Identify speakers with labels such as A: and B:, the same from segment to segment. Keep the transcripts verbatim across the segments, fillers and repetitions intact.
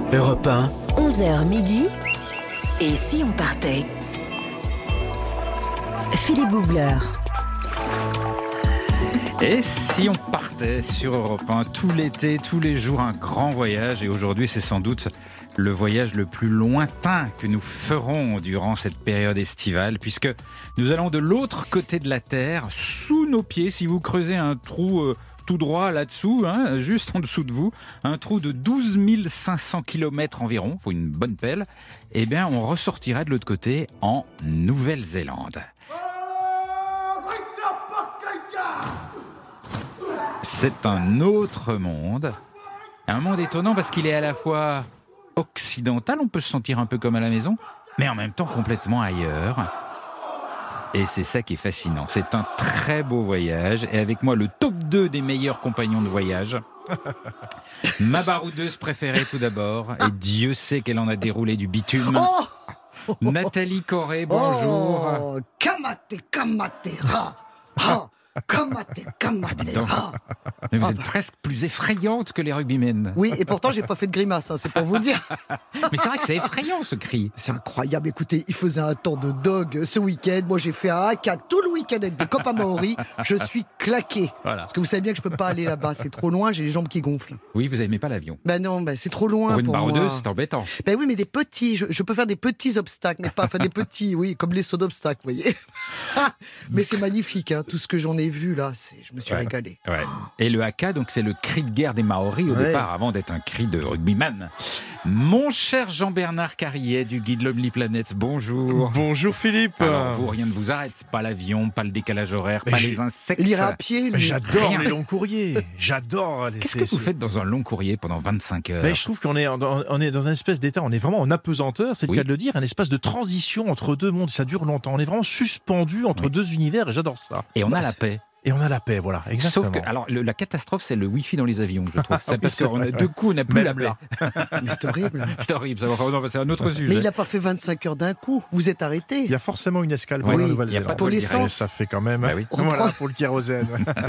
A: Europe un.
B: onze heures midi. Et si on partait? Philippe Googler.
C: Et si on partait sur Europe un tout l'été, tous les jours, un grand voyage. Et aujourd'hui, c'est sans doute le voyage le plus lointain que nous ferons durant cette période estivale, puisque nous allons de l'autre côté de la Terre, sous nos pieds. Si vous creusez un trou euh, tout droit là-dessous, hein, juste en dessous de vous, un trou de douze mille cinq cents kilomètres environ, faut une bonne pelle, eh bien, on ressortirait de l'autre côté en Nouvelle-Zélande. C'est un autre monde, un monde étonnant parce qu'il est à la fois occidental, on peut se sentir un peu comme à la maison, mais en même temps complètement ailleurs. Et c'est ça qui est fascinant. C'est un très beau voyage. Et avec moi, le top deux des meilleurs compagnons de voyage. Ma baroudeuse préférée tout d'abord. Et Dieu sait qu'elle en a déroulé du bitume.
D: Oh
C: Nathalie Corré, bonjour.
D: Oh, kamate, kamate, ra, ra. Kamate, kamate, ra.
C: Mais vous êtes presque plus effrayante que les rugbymen.
D: Oui, et pourtant, j'ai pas fait de grimace, hein, c'est pour vous dire.
C: Mais c'est vrai que c'est effrayant, ce cri.
D: C'est incroyable. Écoutez, il faisait un temps de dog ce week-end. Moi, j'ai fait un haka tout le week-end avec des copains maoris. Je suis claqué.
C: Voilà.
D: Parce que vous savez bien que je peux pas aller là-bas. C'est trop loin, j'ai les jambes qui gonflent.
C: Oui, vous n'aimez pas l'avion.
D: Ben non, ben c'est trop loin
C: Pour une
D: pour
C: baroudeuse,
D: moi.
C: c'est embêtant.
D: Ben oui, mais des petits. Je, je peux faire des petits obstacles, mais pas enfin, des petits, oui, comme les sauts d'obstacles, vous voyez. Mais c'est magnifique, hein, tout ce que j'en ai vu là. C'est, je me suis
C: Ouais.
D: régalé.
C: Ouais. Et le haka, donc c'est le cri de guerre des Maoris au
D: Ouais.
C: départ, avant d'être un cri de rugbyman. Mon cher Jean-Bernard Carrier du guide Lonely Planet, bonjour.
E: Bonjour Philippe.
C: Alors vous, rien ne vous arrête, pas l'avion, pas le décalage horaire,
E: Mais
C: pas
E: j'ai-
C: les insectes.
D: Lire à pied, lui.
E: J'adore
C: Rien.
E: les longs courriers. J'adore. les-
C: Qu'est-ce
E: c'est-
C: que vous
E: c'est-
C: faites dans un long courrier pendant vingt-cinq heures?
E: Mais je trouve qu'on est, en- on est dans un espèce d'état, on est vraiment en apesanteur, c'est le
C: Oui.
E: cas de le dire, un espace de transition entre deux mondes, ça dure longtemps. On est vraiment suspendu entre
C: Oui.
E: deux univers et j'adore ça.
C: Et on
E: Bah,
C: a la paix.
E: Et on a la paix, voilà, exactement.
C: Sauf que, alors, le- la catastrophe, c'est le Wi-Fi dans les avions, je trouve. C'est
E: Oui,
C: parce
E: c'est
C: qu'on a
E: vrai,
C: deux
E: ouais.
C: coups, on n'a plus
E: Même
C: la paix.
E: là.
D: Mais c'est horrible.
C: C'est horrible, ça. Enfin, non, c'est un autre sujet.
D: Mais il n'a pas fait vingt-cinq heures d'un coup. Vous êtes arrêté.
E: Il y a forcément une escale pour
C: Oui,
E: la
C: il y a
E: Nouvelle-Zélande.
C: pas de
D: Pour
C: vol
D: l'essence.
C: direct.
E: Ça fait quand même.
C: Bah oui.
E: Voilà, pour le kérosène.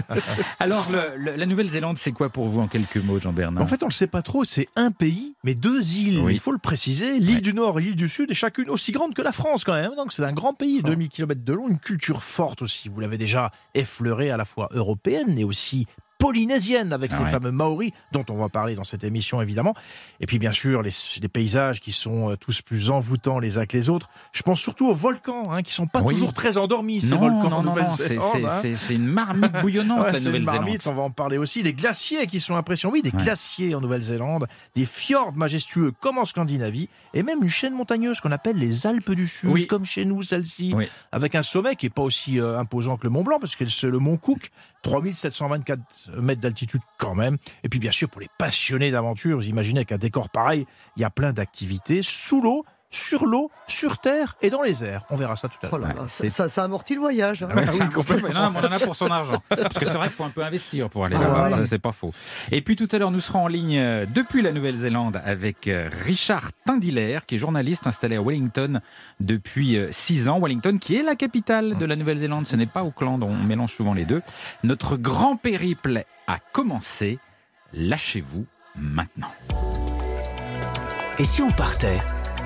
C: Alors, le- le- la Nouvelle-Zélande, c'est quoi pour vous en quelques mots, Jean-Bernard?
E: En fait, on ne le sait pas trop, c'est un pays, mais deux îles.
C: Oui.
E: Il faut le préciser, l'île
C: Ouais.
E: du Nord et l'île du Sud, et chacune aussi grande que la France quand même. Donc c'est un grand pays, deux mille kilomètres de long, une culture forte aussi. Vous l'avez déjà effleuré, à la fois européenne et aussi polynésienne, avec
C: Ah
E: ces
C: ouais.
E: fameux Maoris, dont on va parler dans cette émission évidemment. Et puis bien sûr, les, les paysages qui sont euh, tous plus envoûtants les uns que les autres. Je pense surtout aux volcans, hein, qui sont pas
C: Oui.
E: toujours très endormis, ces
C: non,
E: volcans
C: non,
E: en
C: non, non, c'est,
E: Nouvelle-Zélande.
C: c'est-
E: hein.
C: c'est- c'est une marmite bouillonnante,
E: Ouais,
C: la
E: c'est une
C: Nouvelle-Zélande.
E: marmite, on va en parler aussi. Les glaciers qui sont impressionnants. Oui, des
C: Ouais.
E: glaciers en Nouvelle-Zélande, des fjords majestueux comme en Scandinavie, et même une chaîne montagneuse qu'on appelle les Alpes du Sud,
C: Oui.
E: comme chez nous, celle-ci,
C: Oui.
E: avec un sommet qui n'est pas aussi euh, imposant que le Mont Blanc, parce que c'est le Mont Cook, trois mille sept cent vingt-quatre mètres d'altitude quand même. Et puis bien sûr, pour les passionnés d'aventure, vous imaginez qu'un décor pareil, il y a plein d'activités sous l'eau, sur l'eau, sur terre et dans les airs. On verra ça tout à l'heure.
D: Oh là
C: Ouais,
D: là,
C: c'est-
D: ça, ça amortit le voyage. hein.
C: Ah oui, complètement. Non, non, mais on en a pour son argent. Parce que c'est vrai qu'il faut un peu investir pour aller
D: Ah
C: là-bas,
D: ouais.
C: ça, c'est pas faux. Et puis tout à l'heure, nous serons en ligne euh, depuis la Nouvelle-Zélande avec euh, Richard Tindiller, qui est journaliste installé à Wellington depuis six ans. Wellington, qui est la capitale de la Nouvelle-Zélande, ce n'est pas Auckland, on mélange souvent les deux. Notre grand périple a commencé. Lâchez-vous maintenant.
A: Et si on partait?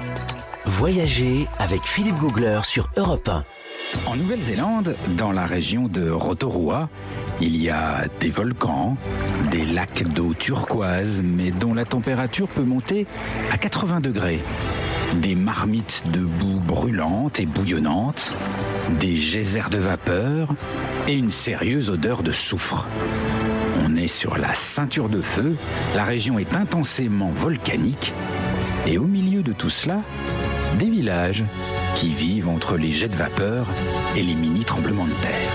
A: Voyager avec Philippe Googler sur Europe un.
C: En Nouvelle-Zélande, dans la région de Rotorua, il y a des volcans, des lacs d'eau turquoise, mais dont la température peut monter à quatre-vingts degrés. Des marmites de boue brûlante et bouillonnante, des geysers de vapeur et une sérieuse odeur de soufre. On est sur la ceinture de feu, la région est intensément volcanique, et au milieu de tout cela, des villages qui vivent entre les jets de vapeur et les mini-tremblements de terre.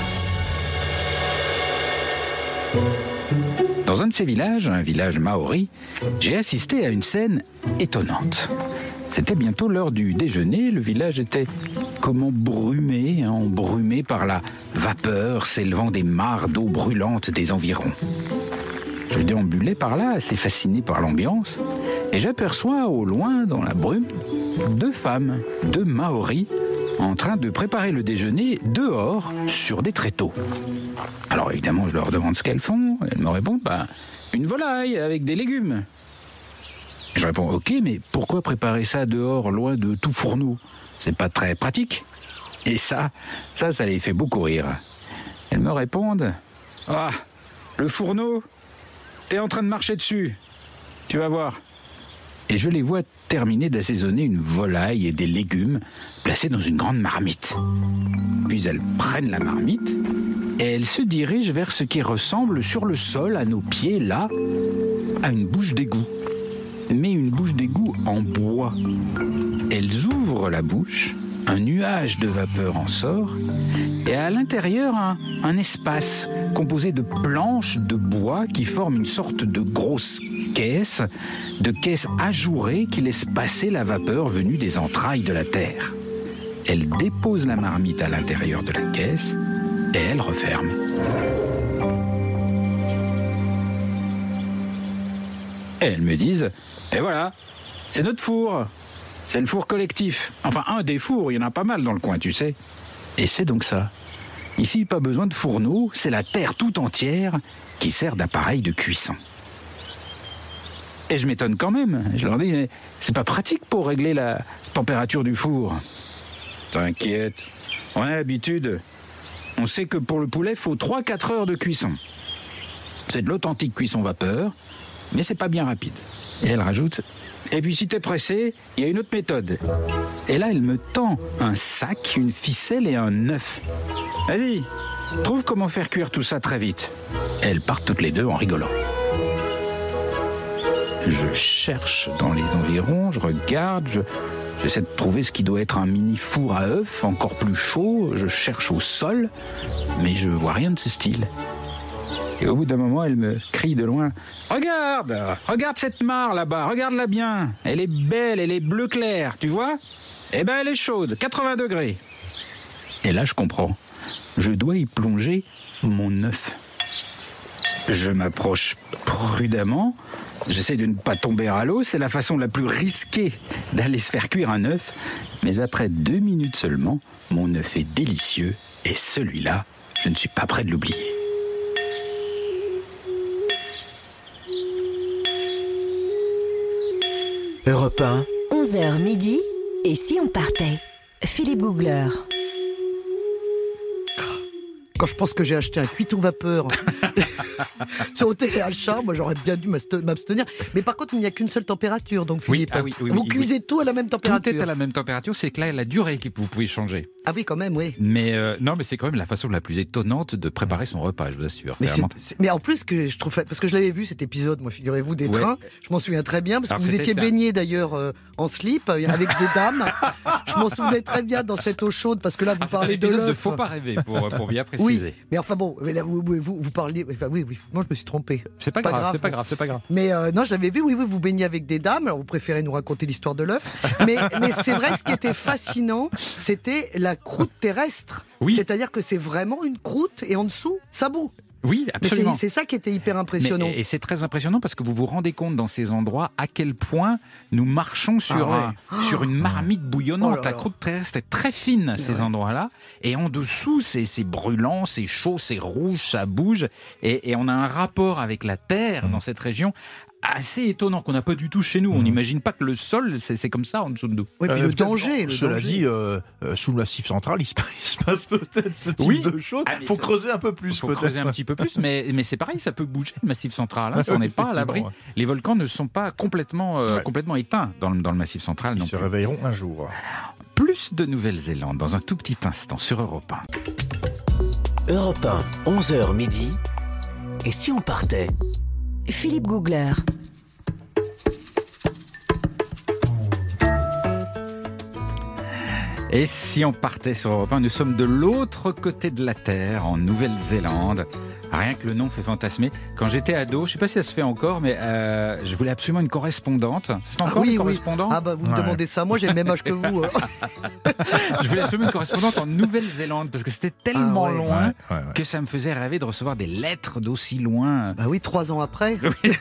C: Dans un de ces villages, un village maori, j'ai assisté à une scène étonnante. C'était bientôt l'heure du déjeuner, le village était comme embrumé, hein, embrumé par la vapeur s'élevant des mares d'eau brûlante des environs. Je déambulais par là, assez fasciné par l'ambiance, et j'aperçois au loin, dans la brume, deux femmes, deux Maoris, en train de préparer le déjeuner dehors, sur des tréteaux. Alors évidemment, je leur demande ce qu'elles font, elles me répondent, bah, une volaille avec des légumes. Je réponds, ok, mais pourquoi préparer ça dehors, loin de tout fourneau? C'est pas très pratique. Et ça, ça, ça les fait beaucoup rire. Elles me répondent, ah, le fourneau, t'es en train de marcher dessus, tu vas voir. Et je les vois terminer d'assaisonner une volaille et des légumes placés dans une grande marmite. Puis elles prennent la marmite et elles se dirigent vers ce qui ressemble sur le sol, à nos pieds, là, à une bouche d'égout. Mais une bouche d'égout en bois. Elles ouvrent la bouche, un nuage de vapeur en sort, et à l'intérieur, un, un espace composé de planches de bois qui forment une sorte de grosse caisse, de caisse ajourée qui laisse passer la vapeur venue des entrailles de la terre. Elle dépose la marmite à l'intérieur de la caisse et elle referme. Et elles me disent, et voilà, c'est notre four. C'est le four collectif. Enfin, un des fours, il y en a pas mal dans le coin, tu sais. Et c'est donc ça. Ici, pas besoin de fourneau, c'est la terre tout entière qui sert d'appareil de cuisson. Et je m'étonne quand même. Je leur dis, mais c'est pas pratique pour régler la température du four. T'inquiète. On a l'habitude. On sait que pour le poulet, il faut trois à quatre heures de cuisson. C'est de l'authentique cuisson vapeur, mais c'est pas bien rapide. Et elle rajoute, et puis si t'es pressé, il y a une autre méthode. Et là, elle me tend un sac, une ficelle et un œuf. Vas-y, trouve comment faire cuire tout ça très vite. Et elles partent toutes les deux en rigolant. Je cherche dans les environs, je regarde, je, j'essaie de trouver ce qui doit être un mini four à œufs, encore plus chaud. Je cherche au sol, mais je vois rien de ce style. Et au bout d'un moment, elle me crie de loin, « Regarde, regarde cette mare là-bas, regarde-la bien. Elle est belle, elle est bleu clair, tu vois? Eh ben, elle est chaude, quatre-vingts degrés. » Et là, je comprends. Je dois y plonger mon œuf. Je m'approche prudemment. J'essaie de ne pas tomber à l'eau. C'est la façon la plus risquée d'aller se faire cuire un œuf. Mais après deux minutes seulement, mon œuf est délicieux. Et celui-là, je ne suis pas prêt de l'oublier.
A: Europe un.
B: onze heures midi, et si on partait? Philippe Googler.
D: Quand je pense que j'ai acheté un cuiton vapeur sur Hôtel et Achat, moi j'aurais bien dû m'abstenir. Mais par contre, il n'y a qu'une seule température, donc Philippe.
F: Oui, ah oui, oui,
D: vous
F: oui,
D: cuisez
F: oui.
D: tout à la même température.
F: Tout est à la même température, c'est que là, la durée que vous pouvez changer.
D: Ah oui, quand même, oui.
F: Mais euh, non, mais c'est quand même la façon la plus étonnante de préparer son repas, je vous assure.
D: Mais,
F: C'est
D: c'est,
F: vraiment...
D: c'est, mais en plus, que je trouve, parce que je l'avais vu cet épisode, moi, figurez-vous, des
F: Ouais.
D: trains, je m'en souviens très bien, parce
F: Alors,
D: que vous
F: c'était
D: étiez
F: ça.
D: baigné d'ailleurs euh, en slip, euh, avec des dames. Je m'en souvenais très bien dans cette eau chaude, parce que là, vous
F: Ah, c'est un
D: parlez de
F: épisode
D: l'œuf.
F: de faut pas rêver, pour, pour bien
D: Oui,
F: préciser.
D: mais enfin bon, mais là, vous, vous, vous, vous parliez. Enfin, oui, oui, moi je me suis trompé.
F: C'est pas,
D: Pas
F: grave,
D: grave,
F: c'est pas
D: ouais.
F: grave, c'est pas grave.
D: Mais euh, non, je l'avais vu, oui, oui, vous baignez avec des dames. Alors vous préférez nous raconter l'histoire de l'œuf. Mais, mais c'est vrai, ce qui était fascinant, c'était la croûte terrestre.
F: Oui.
D: C'est-à-dire que c'est vraiment une croûte et en dessous, ça bout.
F: Oui,
D: Mais
F: absolument.
D: c'est, c'est ça qui était hyper impressionnant.
F: Mais- et c'est très impressionnant parce que vous vous rendez compte dans ces endroits à quel point nous marchons sur,
D: Ah ouais.
F: un- sur une marmite bouillonnante.
D: Oh là
F: La
D: là.
F: croûte terrestre est très fine à ces
D: Ouais.
F: endroits-là. Et en dessous, c'est, c'est brûlant, c'est chaud, c'est rouge, ça bouge. Et, et on a un rapport avec la terre dans cette région assez étonnant qu'on n'a pas du tout chez nous. On n'imagine pas que le sol, c'est, c'est comme ça en dessous de nous.
D: Oui, puis
E: Euh,
D: le
E: peut-être,
D: danger. Le
E: Cela
D: danger.
E: dit, euh, euh, sous le Massif central, il se, passe- il se passe peut-être ce type
F: Oui.
E: de choses.
F: Ah, mais
E: Il faut
F: ça-
E: creuser un peu
F: Il
E: plus,
F: faut
E: peut-être.
F: creuser un petit peu plus, mais, mais c'est pareil, ça peut bouger le massif central. Hein, ça, on n'est pas à l'abri.
E: Effectivement, ouais.
F: Les volcans ne sont pas complètement, euh,
E: Ouais.
F: complètement éteints dans le, dans le massif central.
E: Ils
F: non
E: se
F: plus.
E: réveilleront un jour.
F: Plus de Nouvelle-Zélande dans un tout petit instant sur Europe un.
A: Europe un, onze heures midi. Et si on partait?
B: Philippe Googler.
F: Et si on partait sur Europe un, nous sommes de l'autre côté de la Terre, en Nouvelle-Zélande. Rien que le nom fait fantasmer. Quand j'étais ado, je ne sais pas si ça se fait encore, mais euh, je voulais absolument une correspondante. Ça se fait
D: Ah
F: encore
D: oui,
F: une
D: oui.
F: correspondante
D: Ah bah vous me
E: Ouais.
D: demandez ça, moi j'ai le même âge que vous. hein.
F: Je voulais absolument une correspondante en Nouvelle-Zélande, parce que c'était tellement
D: Ah ouais.
F: loin
E: Ouais, ouais, ouais.
F: que ça me faisait rêver de recevoir des lettres d'aussi loin.
D: Bah oui, trois ans après.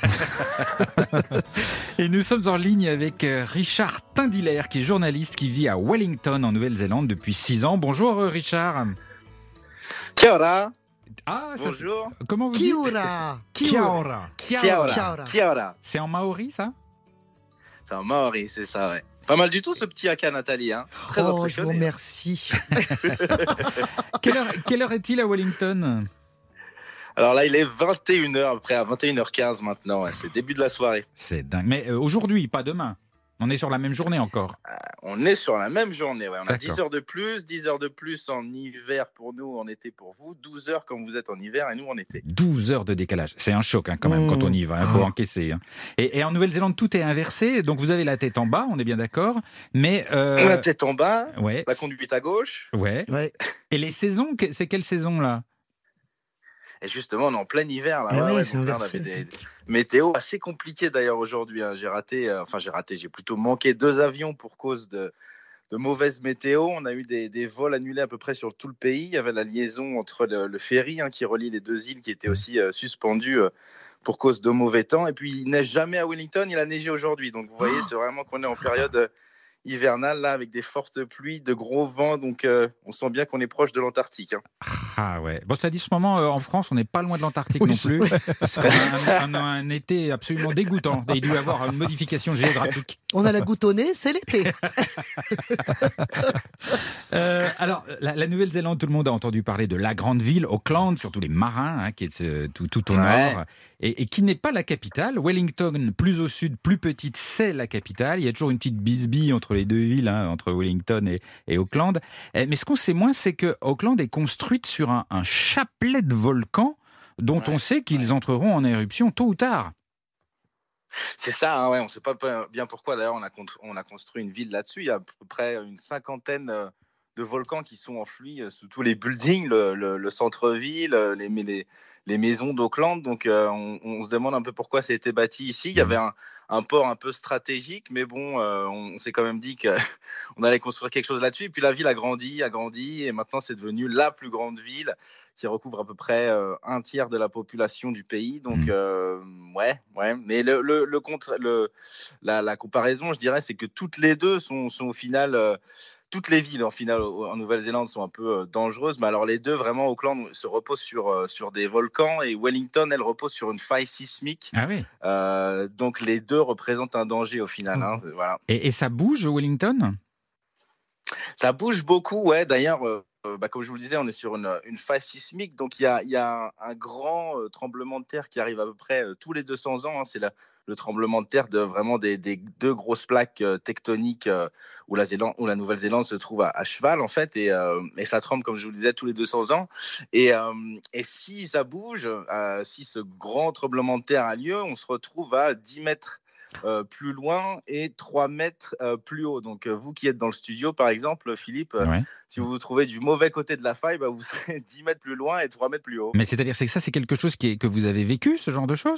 F: Et nous sommes en ligne avec euh, Richard Tindiller, qui est journaliste, qui vit à Wellington, en Nouvelle-Zélande, depuis six ans. Bonjour euh, Richard.
G: Kia ora.
F: Ah, ça,
G: Bonjour.
F: c'est- comment vous dites
D: Kiura.
F: Kia ora. Kia
G: Kia
F: ora.
G: ora.
D: Kia ora.
G: Kia ora.
F: C'est en maori, ça?
G: C'est un Maori, c'est ça, ouais. Pas mal du tout ce petit haka, Nathalie. Hein. Très
D: Oh, je vous
G: impressionné.
D: remercie.
F: Quelle heure, quelle heure est-il à Wellington ?
G: Alors là, il est vingt et une heures, à peu près à vingt et une heures quinze maintenant. Ouais. C'est début de la soirée.
F: C'est dingue. Mais euh, aujourd'hui, pas demain. On est sur la même journée encore.
G: Euh, on est sur la même journée. Ouais. On a
F: D'accord.
G: dix heures de plus, dix heures de plus en hiver pour nous, en été pour vous, douze heures quand vous êtes en hiver et nous en été.
F: douze heures de décalage. C'est un choc hein, quand même
D: Mmh.
F: quand on y va. Il faut encaisser. Hein. Et, et en Nouvelle-Zélande, tout est inversé. Donc vous avez la tête en bas, on est bien d'accord. Mais euh,
G: La tête en bas,
F: ouais,
G: la conduite à gauche.
F: ouais.
D: Ouais.
F: Et les saisons, que- c'est quelle saison là ?
G: Et justement, on est en plein hiver. Là.
D: Ah
G: Ouais,
D: ouais,
G: ouais,
D: c'est
G: donc là, on
D: inversé.
G: avait des météo assez compliquées d'ailleurs aujourd'hui. Hein. J'ai raté, euh, enfin j'ai raté, j'ai plutôt manqué deux avions pour cause de, de mauvaise météo. On a eu des, des vols annulés à peu près sur tout le pays. Il y avait la liaison entre le, le ferry hein, qui relie les deux îles qui était aussi euh, suspendue euh, pour cause de mauvais temps. Et puis il neige jamais à Wellington, il a neigé aujourd'hui. Donc vous voyez, c'est vraiment qu'on est en période euh, hivernale là avec des fortes pluies, de gros vents. Donc euh, on sent bien qu'on est proche de l'Antarctique. Hein.
F: Ah ouais. Bon, cela dit, ce moment, euh, en France, on n'est pas loin de l'Antarctique
D: Oui,
F: non
D: c'est
F: plus.
D: vrai.
F: Parce qu'on a un, un- un été absolument dégoûtant. Il doit y avoir une modification géographique.
D: On a la goutte au nez, c'est l'été.
F: Euh, alors, la, la Nouvelle-Zélande, tout le monde a entendu parler de la grande ville, Auckland, surtout les marins, hein, qui est euh, tout, tout au
G: Ouais.
F: nord, et, et qui n'est pas la capitale. Wellington, plus au sud, plus petite, c'est la capitale. Il y a toujours une petite bisbille entre les deux villes, hein, entre Wellington et, et Auckland. Eh, Mais ce qu'on sait moins, c'est que Auckland est construite sur un, un chapelet de volcans dont
G: Ouais,
F: on sait qu'ils entreront en éruption tôt ou tard.
G: C'est ça, hein, ouais, on ne sait pas bien pourquoi. D'ailleurs, on a, con- on a construit une ville là-dessus. Il y a à peu près une cinquantaine euh, de volcans qui sont enfouis euh, sous tous les buildings, le, le- le centre-ville, euh, les, les, les maisons d'Auckland. Donc, euh, on, on se demande un peu pourquoi ça a été bâti ici. Il y avait un, un port un peu stratégique, mais bon, euh, on, on s'est quand même dit qu'on allait construire quelque chose là-dessus. Et puis, la ville a grandi, a grandi, et maintenant, c'est devenu la plus grande ville qui recouvre à peu près euh, un tiers de la population du pays. Donc,
F: Mmh.
G: euh, ouais, ouais. Mais le, le, le contre, le, la, la comparaison, je dirais, c'est que toutes les deux sont, sont au final, euh, toutes les villes en final au- en Nouvelle-Zélande sont un peu euh, dangereuses. Mais alors les deux, vraiment, Auckland se repose sur, euh, sur des volcans et Wellington, elle repose sur une faille sismique.
F: Ah oui.
G: Euh, donc les deux représentent un danger au final. Hein, voilà.
F: Et, et ça bouge, Wellington ?
G: Ça bouge beaucoup, ouais. D'ailleurs, euh, euh, bah, comme je vous le disais, on est sur une, une phase sismique. Donc, il y a, il y a un, un grand euh, tremblement de terre qui arrive à peu près euh, tous les deux cents ans. Hein. C'est la- le tremblement de terre de vraiment des, des deux grosses plaques euh, tectoniques euh, où, la Zélande, où la Nouvelle-Zélande se trouve à, à cheval, en fait. Et, euh, et ça tremble, comme je vous le disais, tous les deux cents ans. Et, euh, et si ça bouge, euh, si ce grand tremblement de terre a lieu, on se retrouve à dix mètres euh, plus loin et trois mètres euh, plus haut. Donc, euh, vous qui êtes dans le studio, par exemple, Philippe, euh,
F: Ouais.
G: si vous vous trouvez du mauvais côté de la faille, bah, vous serez dix mètres plus loin et trois mètres plus haut.
F: Mais c'est-à-dire c'est que ça, c'est quelque chose qui est, que vous avez vécu, ce genre de choses ?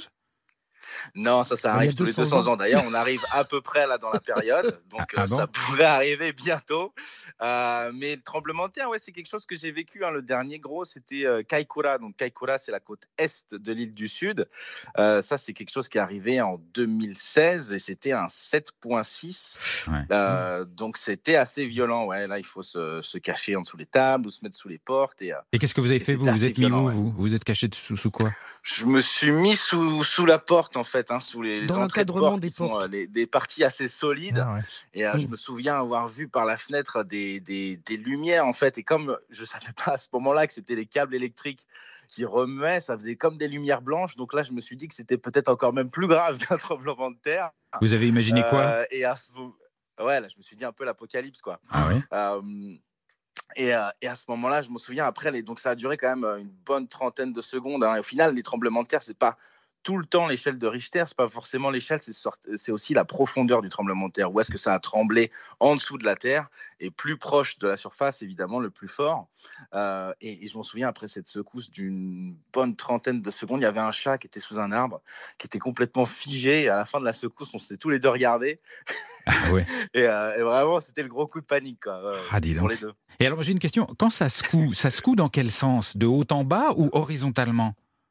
G: Non, ça, ça
D: Il y a
G: arrive tous les
D: deux cents
G: deux cents
D: ans.
G: ans. D'ailleurs, on arrive à peu près là dans la période, donc
F: Ah, ah
G: euh,
F: bon
G: ça pourrait arriver bientôt. Euh, mais le tremblement de terre, ouais, c'est quelque chose que j'ai vécu. Hein. Le dernier gros, c'était euh, Kaikoura. Donc Kaikoura, c'est la côte est de l'île du Sud. Euh, ça, c'est quelque chose qui est arrivé en deux mille seize et c'était un sept virgule six.
F: Ouais.
G: Euh, donc c'était assez violent. Ouais, là, il faut se, se cacher en dessous les tables ou se mettre sous les portes. Et, euh,
F: Et qu'est-ce que vous avez
G: Et
F: fait,
G: c'était
F: vous Vous
G: assez
F: êtes mis
G: violent,
F: où,
G: ouais.
F: vous Vous êtes caché sous, sous quoi ?
G: Je me suis mis sous, sous la porte, en fait, hein, sous les, les
D: Dans
G: entrées de
D: l'encadrement
G: porte,
D: des
G: qui sont
D: portes.
G: euh, les- des parties assez solides.
E: Ah ouais.
G: Et euh, je me souviens avoir vu par la fenêtre des, des, des lumières, en fait. Et comme je ne savais pas à ce moment-là que c'était les câbles électriques qui remuaient, ça faisait comme des lumières blanches. Donc là, je me suis dit que c'était peut-être encore même plus grave qu'un tremblement de terre.
F: Vous avez imaginé quoi ?
G: Euh, Et à ce moment- ouais, là, je me suis dit un peu l'apocalypse, quoi.
F: Ah ouais.
G: Euh, et, euh, et à ce moment-là, je me souviens, après, les, donc ça a duré quand même euh, une bonne trentaine de secondes. Hein. Et au final, les tremblements de terre, c'est pas tout le temps l'échelle de Richter, c'est pas forcément l'échelle, c'est, sort- c'est aussi la profondeur du tremblement de terre. Où est-ce que ça a tremblé en dessous de la terre et plus proche de la surface, évidemment, le plus fort. Euh, et, et je m'en souviens, après cette secousse d'une bonne trentaine de secondes, il y avait un chat qui était sous un arbre, qui était complètement figé. Et à la fin de la secousse, on s'est tous les deux regardés.
F: Ah ouais.
G: Et, euh, et vraiment, c'était le gros coup de panique, quoi, euh,
F: Ah, dis
G: pour
F: donc.
G: les deux.
F: Et alors, j'ai une question. Quand ça secoue, ça secoue dans quel sens ? De haut en bas ou horizontalement ?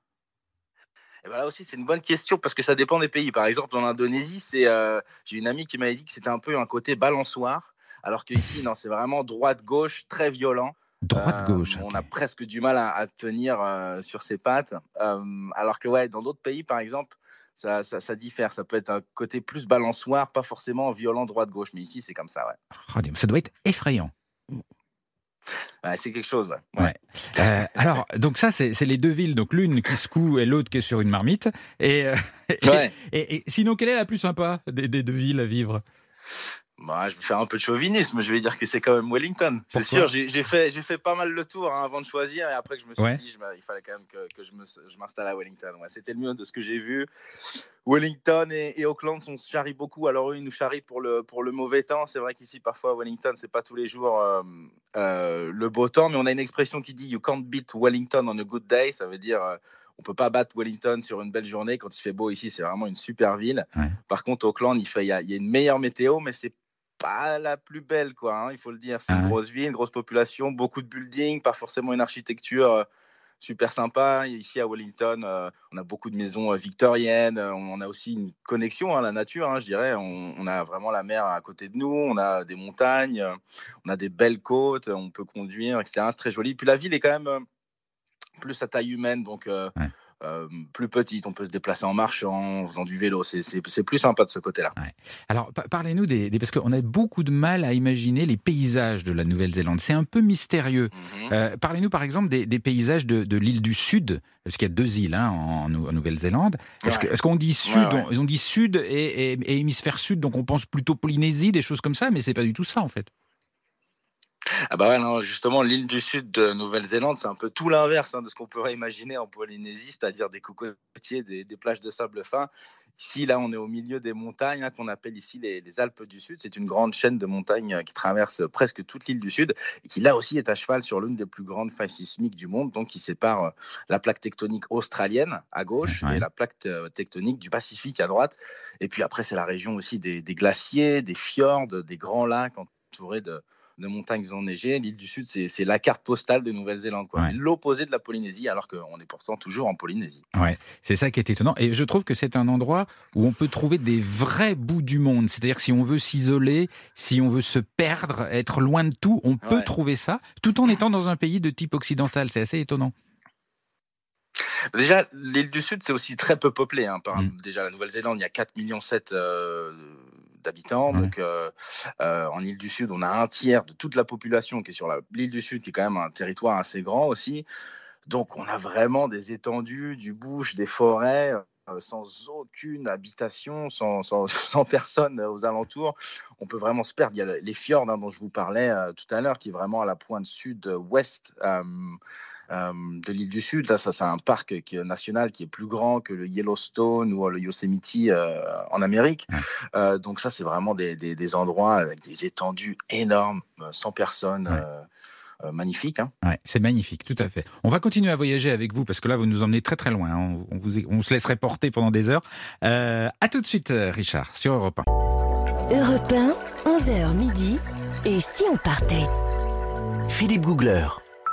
G: Et ben là aussi, c'est une bonne question parce que ça dépend des pays. Par exemple, en Indonésie, c'est, euh, j'ai une amie qui m'avait dit que c'était un peu un côté balançoire, alors qu'ici, non, c'est vraiment droite-gauche, très violent.
F: Droite-gauche.
G: Euh, on
F: ok.
G: a presque du mal à, à tenir euh, sur ses pattes. Euh, alors que, ouais, dans d'autres pays, par exemple, ça, ça, ça diffère. Ça peut être un côté plus balançoire, pas forcément violent droite-gauche. Mais ici, c'est comme ça, ouais.
F: Oh, ça doit être effrayant.
G: Ouais, c'est quelque chose, ouais.
F: ouais. ouais. Euh, alors, donc ça, c'est, c'est les deux villes. Donc l'une qui secoue et l'autre qui est sur une marmite. Et, euh,
G: ouais.
F: et, et, et sinon, quelle est la plus sympa des, des deux villes à vivre?
G: Bah, je vais faire un peu de chauvinisme, je vais dire que c'est quand même Wellington. C'est sûr, j'ai, j'ai, fait, j'ai fait pas mal le tour hein, avant de choisir, et après que je me suis ouais. dit, il fallait quand même que, que je, me, je m'installe à Wellington. Ouais, c'était le mieux de ce que j'ai vu. Wellington et, et Auckland sont charrient beaucoup. Alors eux, ils nous charrient pour le, pour le mauvais temps. C'est vrai qu'ici, parfois, à Wellington, c'est pas tous les jours euh, euh, le beau temps, mais on a une expression qui dit « You can't beat Wellington on a good day ». Ça veut dire... Euh, on peut pas battre Wellington sur une belle journée. Quand il fait beau ici, c'est vraiment une super ville. Ouais. Par contre, Auckland, il, fait, il, y a, il y a une meilleure météo, mais c'est pas la plus belle, quoi, hein, il faut le dire. C'est ah une ouais. grosse ville, une grosse population, beaucoup de buildings, pas forcément une architecture euh, super sympa. Ici à Wellington, euh, on a beaucoup de maisons euh, victoriennes. Euh, on a aussi une connexion à la nature, hein, je dirais. On, on a vraiment la mer à côté de nous. On a des montagnes, euh, on a des belles côtes. On peut conduire, et cetera. C'est très joli. Puis la ville est quand même euh, plus à taille humaine, donc euh, ouais. euh, plus petite. On peut se déplacer en marchant, en faisant du vélo. C'est, c'est, c'est plus sympa de ce côté-là. Ouais.
F: Alors, pa- parlez-nous des, des... Parce qu'on a beaucoup de mal à imaginer les paysages de la Nouvelle-Zélande. C'est un peu mystérieux. Mm-hmm. Euh, parlez-nous, par exemple, des, des paysages de, de l'île du Sud, parce qu'il y a deux îles hein, en, en Nouvelle-Zélande. Est-ce, ouais. que, est-ce qu'on dit Sud ouais, ouais. On, on dit Sud et, et, et hémisphère Sud, donc on pense plutôt Polynésie, des choses comme ça, mais c'est pas du tout ça, en fait.
G: Ah bah ouais, non, justement, l'île du Sud de Nouvelle-Zélande, c'est un peu tout l'inverse hein, de ce qu'on pourrait imaginer en Polynésie, c'est-à-dire des cocotiers, des, des plages de sable fin. Ici, là, on est au milieu des montagnes hein, qu'on appelle ici les, les Alpes du Sud. C'est une grande chaîne de montagnes qui traverse presque toute l'île du Sud et qui, là aussi, est à cheval sur l'une des plus grandes failles sismiques du monde, donc qui sépare la plaque tectonique australienne à gauche ouais. et la plaque tectonique du Pacifique à droite. Et puis après, c'est la région aussi des, des glaciers, des fjords, des grands lacs entourés de... de montagnes enneigées. L'île du Sud, c'est, c'est la carte postale de Nouvelle-Zélande, quoi. Ouais. L'opposé de la Polynésie, alors qu'on est pourtant toujours en Polynésie.
F: Ouais, c'est ça qui est étonnant. Et je trouve que c'est un endroit où on peut trouver des vrais bouts du monde. C'est-à-dire que si on veut s'isoler, si on veut se perdre, être loin de tout, on peut ouais. trouver ça, tout en étant dans un pays de type occidental. C'est assez étonnant.
G: Déjà, l'île du Sud, c'est aussi très peu peuplé. Hein. Par, mmh. Déjà, la Nouvelle-Zélande, il y a quatre virgule sept millions euh, d'habitants. Ouais. Donc, euh, euh, en île du Sud, on a un tiers de toute la population qui est sur la, l'île du Sud, qui est quand même un territoire assez grand aussi. Donc, on a vraiment des étendues, du bush, des forêts, euh, sans aucune habitation, sans, sans, sans personne aux alentours. On peut vraiment se perdre. Il y a les fjords hein, dont je vous parlais euh, tout à l'heure, qui est vraiment à la pointe sud-ouest euh, Euh, de l'île du Sud. Là, ça, c'est un parc qui est national qui est plus grand que le Yellowstone ou le Yosemite euh, en Amérique. Euh, donc ça, c'est vraiment des, des, des endroits avec des étendues énormes, sans personne. Ouais. Euh, euh, magnifique. Hein.
F: Ouais, c'est magnifique, tout à fait. On va continuer à voyager avec vous parce que là, vous nous emmenez très très loin. Hein. On, on, vous, on se laisserait porter pendant des heures. Euh, à tout de suite, Richard, sur Europe un.
B: Europe un, onze heures midi. Et si on partait?
A: Philippe Googler.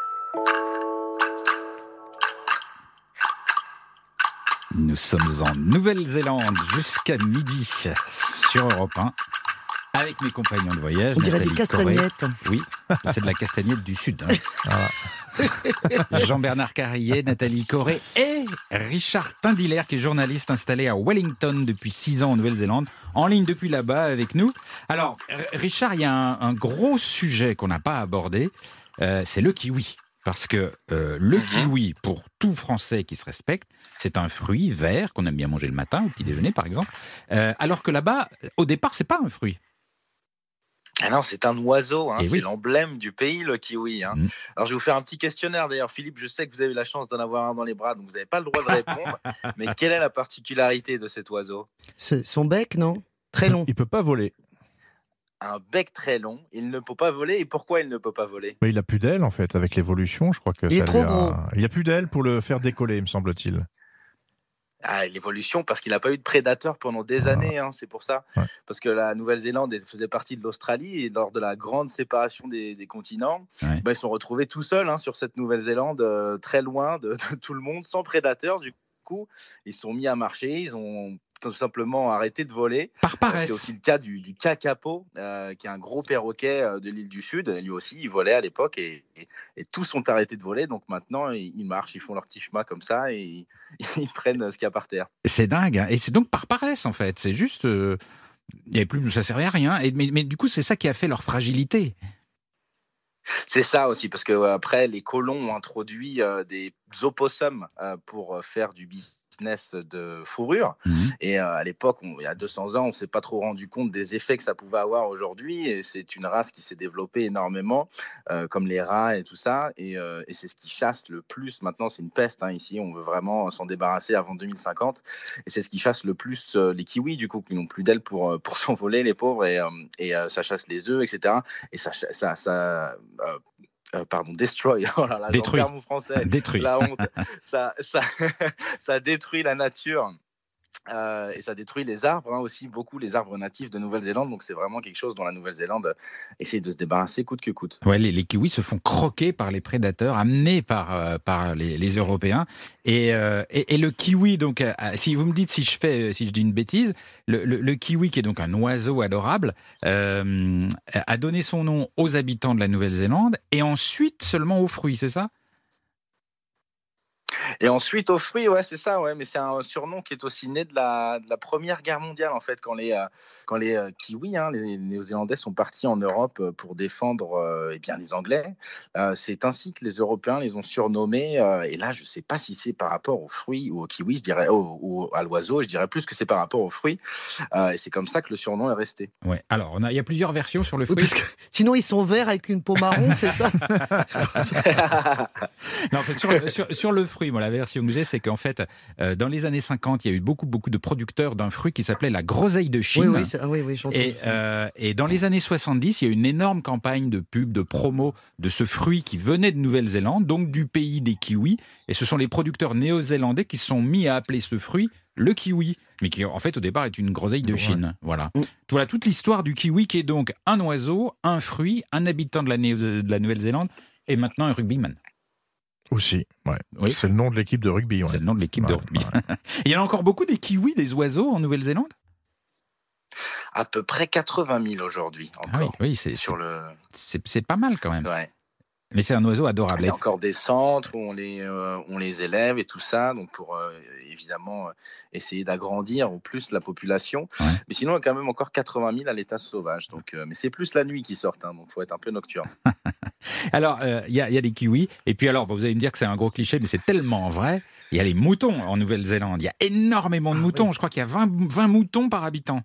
F: Nous sommes en Nouvelle-Zélande jusqu'à midi sur Europe un avec mes compagnons de voyage.
D: On dirait des castagnettes.
F: Oui, c'est de la castagnette du Sud. Hein. Ah. Jean-Bernard Carrier, Nathalie Corré et Richard Tindiller qui est journaliste installé à Wellington depuis six ans en Nouvelle-Zélande, en ligne depuis là-bas avec nous. Alors, Richard, il y a un, un gros sujet qu'on n'a pas abordé, euh, c'est le kiwi. Parce que euh, le mmh. kiwi, pour tout Français qui se respecte, c'est un fruit vert qu'on aime bien manger le matin, au petit déjeuner par exemple. Euh, alors que là-bas, au départ, c'est pas un fruit.
G: Ah non, c'est un oiseau, hein, c'est
F: oui.
G: l'emblème du pays, le kiwi. Hein. Mmh. Alors, je vais vous faire un petit questionnaire. D'ailleurs, Philippe, je sais que vous avez la chance d'en avoir un dans les bras, donc vous n'avez pas le droit de répondre. Mais quelle est la particularité de cet oiseau?
D: C'est son bec, non? Très long.
E: Il ne peut pas voler.
G: Un bec très long, il ne peut pas voler. Et pourquoi il ne peut pas voler?
E: Mais il n'a plus d'ailes, en fait, avec l'évolution. Je crois que
D: il
E: ça
D: est trop
E: a...
D: gros.
E: Il n'y a plus d'ailes pour le faire décoller, me semble-t-il.
G: Ah, l'évolution, parce qu'il n'a pas eu de prédateur pendant des ah. années, hein, c'est pour ça. Ouais. Parce que la Nouvelle-Zélande faisait partie de l'Australie et lors de la grande séparation des, des continents, ouais. bah, ils se sont retrouvés tout seuls hein, sur cette Nouvelle-Zélande, euh, très loin de, de tout le monde, sans prédateur. Du coup, ils se sont mis à marcher, ils ont tout simplement arrêté de voler.
F: Par paresse.
G: C'est aussi le cas du, du kakapo, euh, qui est un gros perroquet euh, de l'île du Sud. Lui aussi, il volait à l'époque et, et, et tous ont arrêté de voler. Donc maintenant, ils, ils marchent, ils font leur petit chemin comme ça et ils, ils prennent ce qu'il y a par terre.
F: C'est dingue. Hein. Et c'est donc par paresse, en fait. C'est juste... Euh, il y avait plus, ça servait à rien. Et, mais, mais du coup, c'est ça qui a fait leur fragilité.
G: C'est ça aussi, parce que euh, après, les colons ont introduit euh, des opossums euh, pour euh, faire du business de fourrure. Mmh. Et euh, à l'époque, on, il y a deux cents ans, on ne s'est pas trop rendu compte des effets que ça pouvait avoir aujourd'hui. Et c'est une race qui s'est développée énormément, euh, comme les rats et tout ça. Et, euh, et c'est ce qui chasse le plus. Maintenant, c'est une peste. Hein, ici, on veut vraiment s'en débarrasser avant deux mille cinquante. Et c'est ce qui chasse le plus euh, les kiwis, du coup, qui n'ont plus d'ailes pour, pour s'envoler, les pauvres. Et, euh, et euh, ça chasse les œufs, et cetera. Et ça... ça, ça euh, Euh, pardon, destroy, oh là là,
F: détruit,
G: mon français,
F: détruit.
G: La honte, ça, ça, ça détruit la nature. Euh, et ça détruit les arbres, hein, aussi beaucoup les arbres natifs de Nouvelle-Zélande. Donc c'est vraiment quelque chose dont la Nouvelle-Zélande essaie de se débarrasser coûte que coûte.
F: Ouais, les, les kiwis se font croquer par les prédateurs, amenés par, euh, par les, les Européens. Et, euh, et, et le kiwi, donc, euh, si vous me dites si je fais, si je dis une bêtise, le, le, le kiwi, qui est donc un oiseau adorable, euh, a donné son nom aux habitants de la Nouvelle-Zélande et ensuite seulement aux fruits, c'est ça ?
G: Et ensuite, aux fruits, ouais, c'est ça, ouais, mais c'est un surnom qui est aussi né de la, de la Première Guerre mondiale, en fait, quand les, euh, quand les euh, Kiwis, hein, les Néo-Zélandais, sont partis en Europe pour défendre euh, eh bien, les Anglais. Euh, c'est ainsi que les Européens les ont surnommés. Euh, et là, je ne sais pas si c'est par rapport aux fruits ou aux kiwis, je dirais, ou, ou à l'oiseau, je dirais plus que c'est par rapport aux fruits. Euh, et c'est comme ça que le surnom est resté.
F: Ouais. Alors, on a, il y a plusieurs versions sur le fruit.
D: Oui, parce que sinon, ils sont verts avec une peau marron, c'est ça?
F: Non, en fait, sur, le, sur, sur le fruit, moi, la version que j'ai, c'est qu'en fait, euh, dans les années cinquante, il y a eu beaucoup, beaucoup de producteurs d'un fruit qui s'appelait la groseille de Chine.
D: Oui, oui, c'est, oui, oui, j'entends
F: et,
D: ça.
F: euh, et dans les années soixante-dix, il y a eu une énorme campagne de pub, de promo de ce fruit qui venait de Nouvelle-Zélande, donc du pays des kiwis. Et ce sont les producteurs néo-zélandais qui se sont mis à appeler ce fruit le kiwi, mais qui en fait au départ est une groseille de Chine. Ouais. Voilà. Mm. Voilà toute l'histoire du kiwi, qui est donc un oiseau, un fruit, un habitant de la, Néo- de la Nouvelle-Zélande et maintenant un rugbyman.
E: Aussi, ouais.
F: Oui.
E: C'est le nom de l'équipe de rugby. Ouais.
F: C'est le nom de l'équipe
E: ouais,
F: de rugby.
E: Ouais.
F: Il y en a encore beaucoup des kiwis, des oiseaux en Nouvelle-Zélande ?
G: À peu près quatre-vingt mille aujourd'hui encore.
F: Ah oui, oui c'est,
G: sur
F: c'est,
G: le...
F: c'est, c'est pas mal quand même.
G: Ouais.
F: Mais c'est un oiseau adorable.
G: Il y a encore des centres où on les, euh, on les élève et tout ça, donc pour euh, évidemment euh, essayer d'agrandir au plus la population. Ouais. Mais sinon, il y a quand même encore quatre-vingt mille à l'état sauvage. Donc, euh, mais c'est plus la nuit qui sortent, hein, donc il faut être un peu nocturne.
F: Alors, il euh, y, y a des kiwis. Et puis alors, vous allez me dire que c'est un gros cliché, mais c'est tellement vrai. Il y a les moutons en Nouvelle-Zélande. Il y a énormément de ah, moutons. Oui. Je crois qu'il y a vingt, vingt moutons par habitant.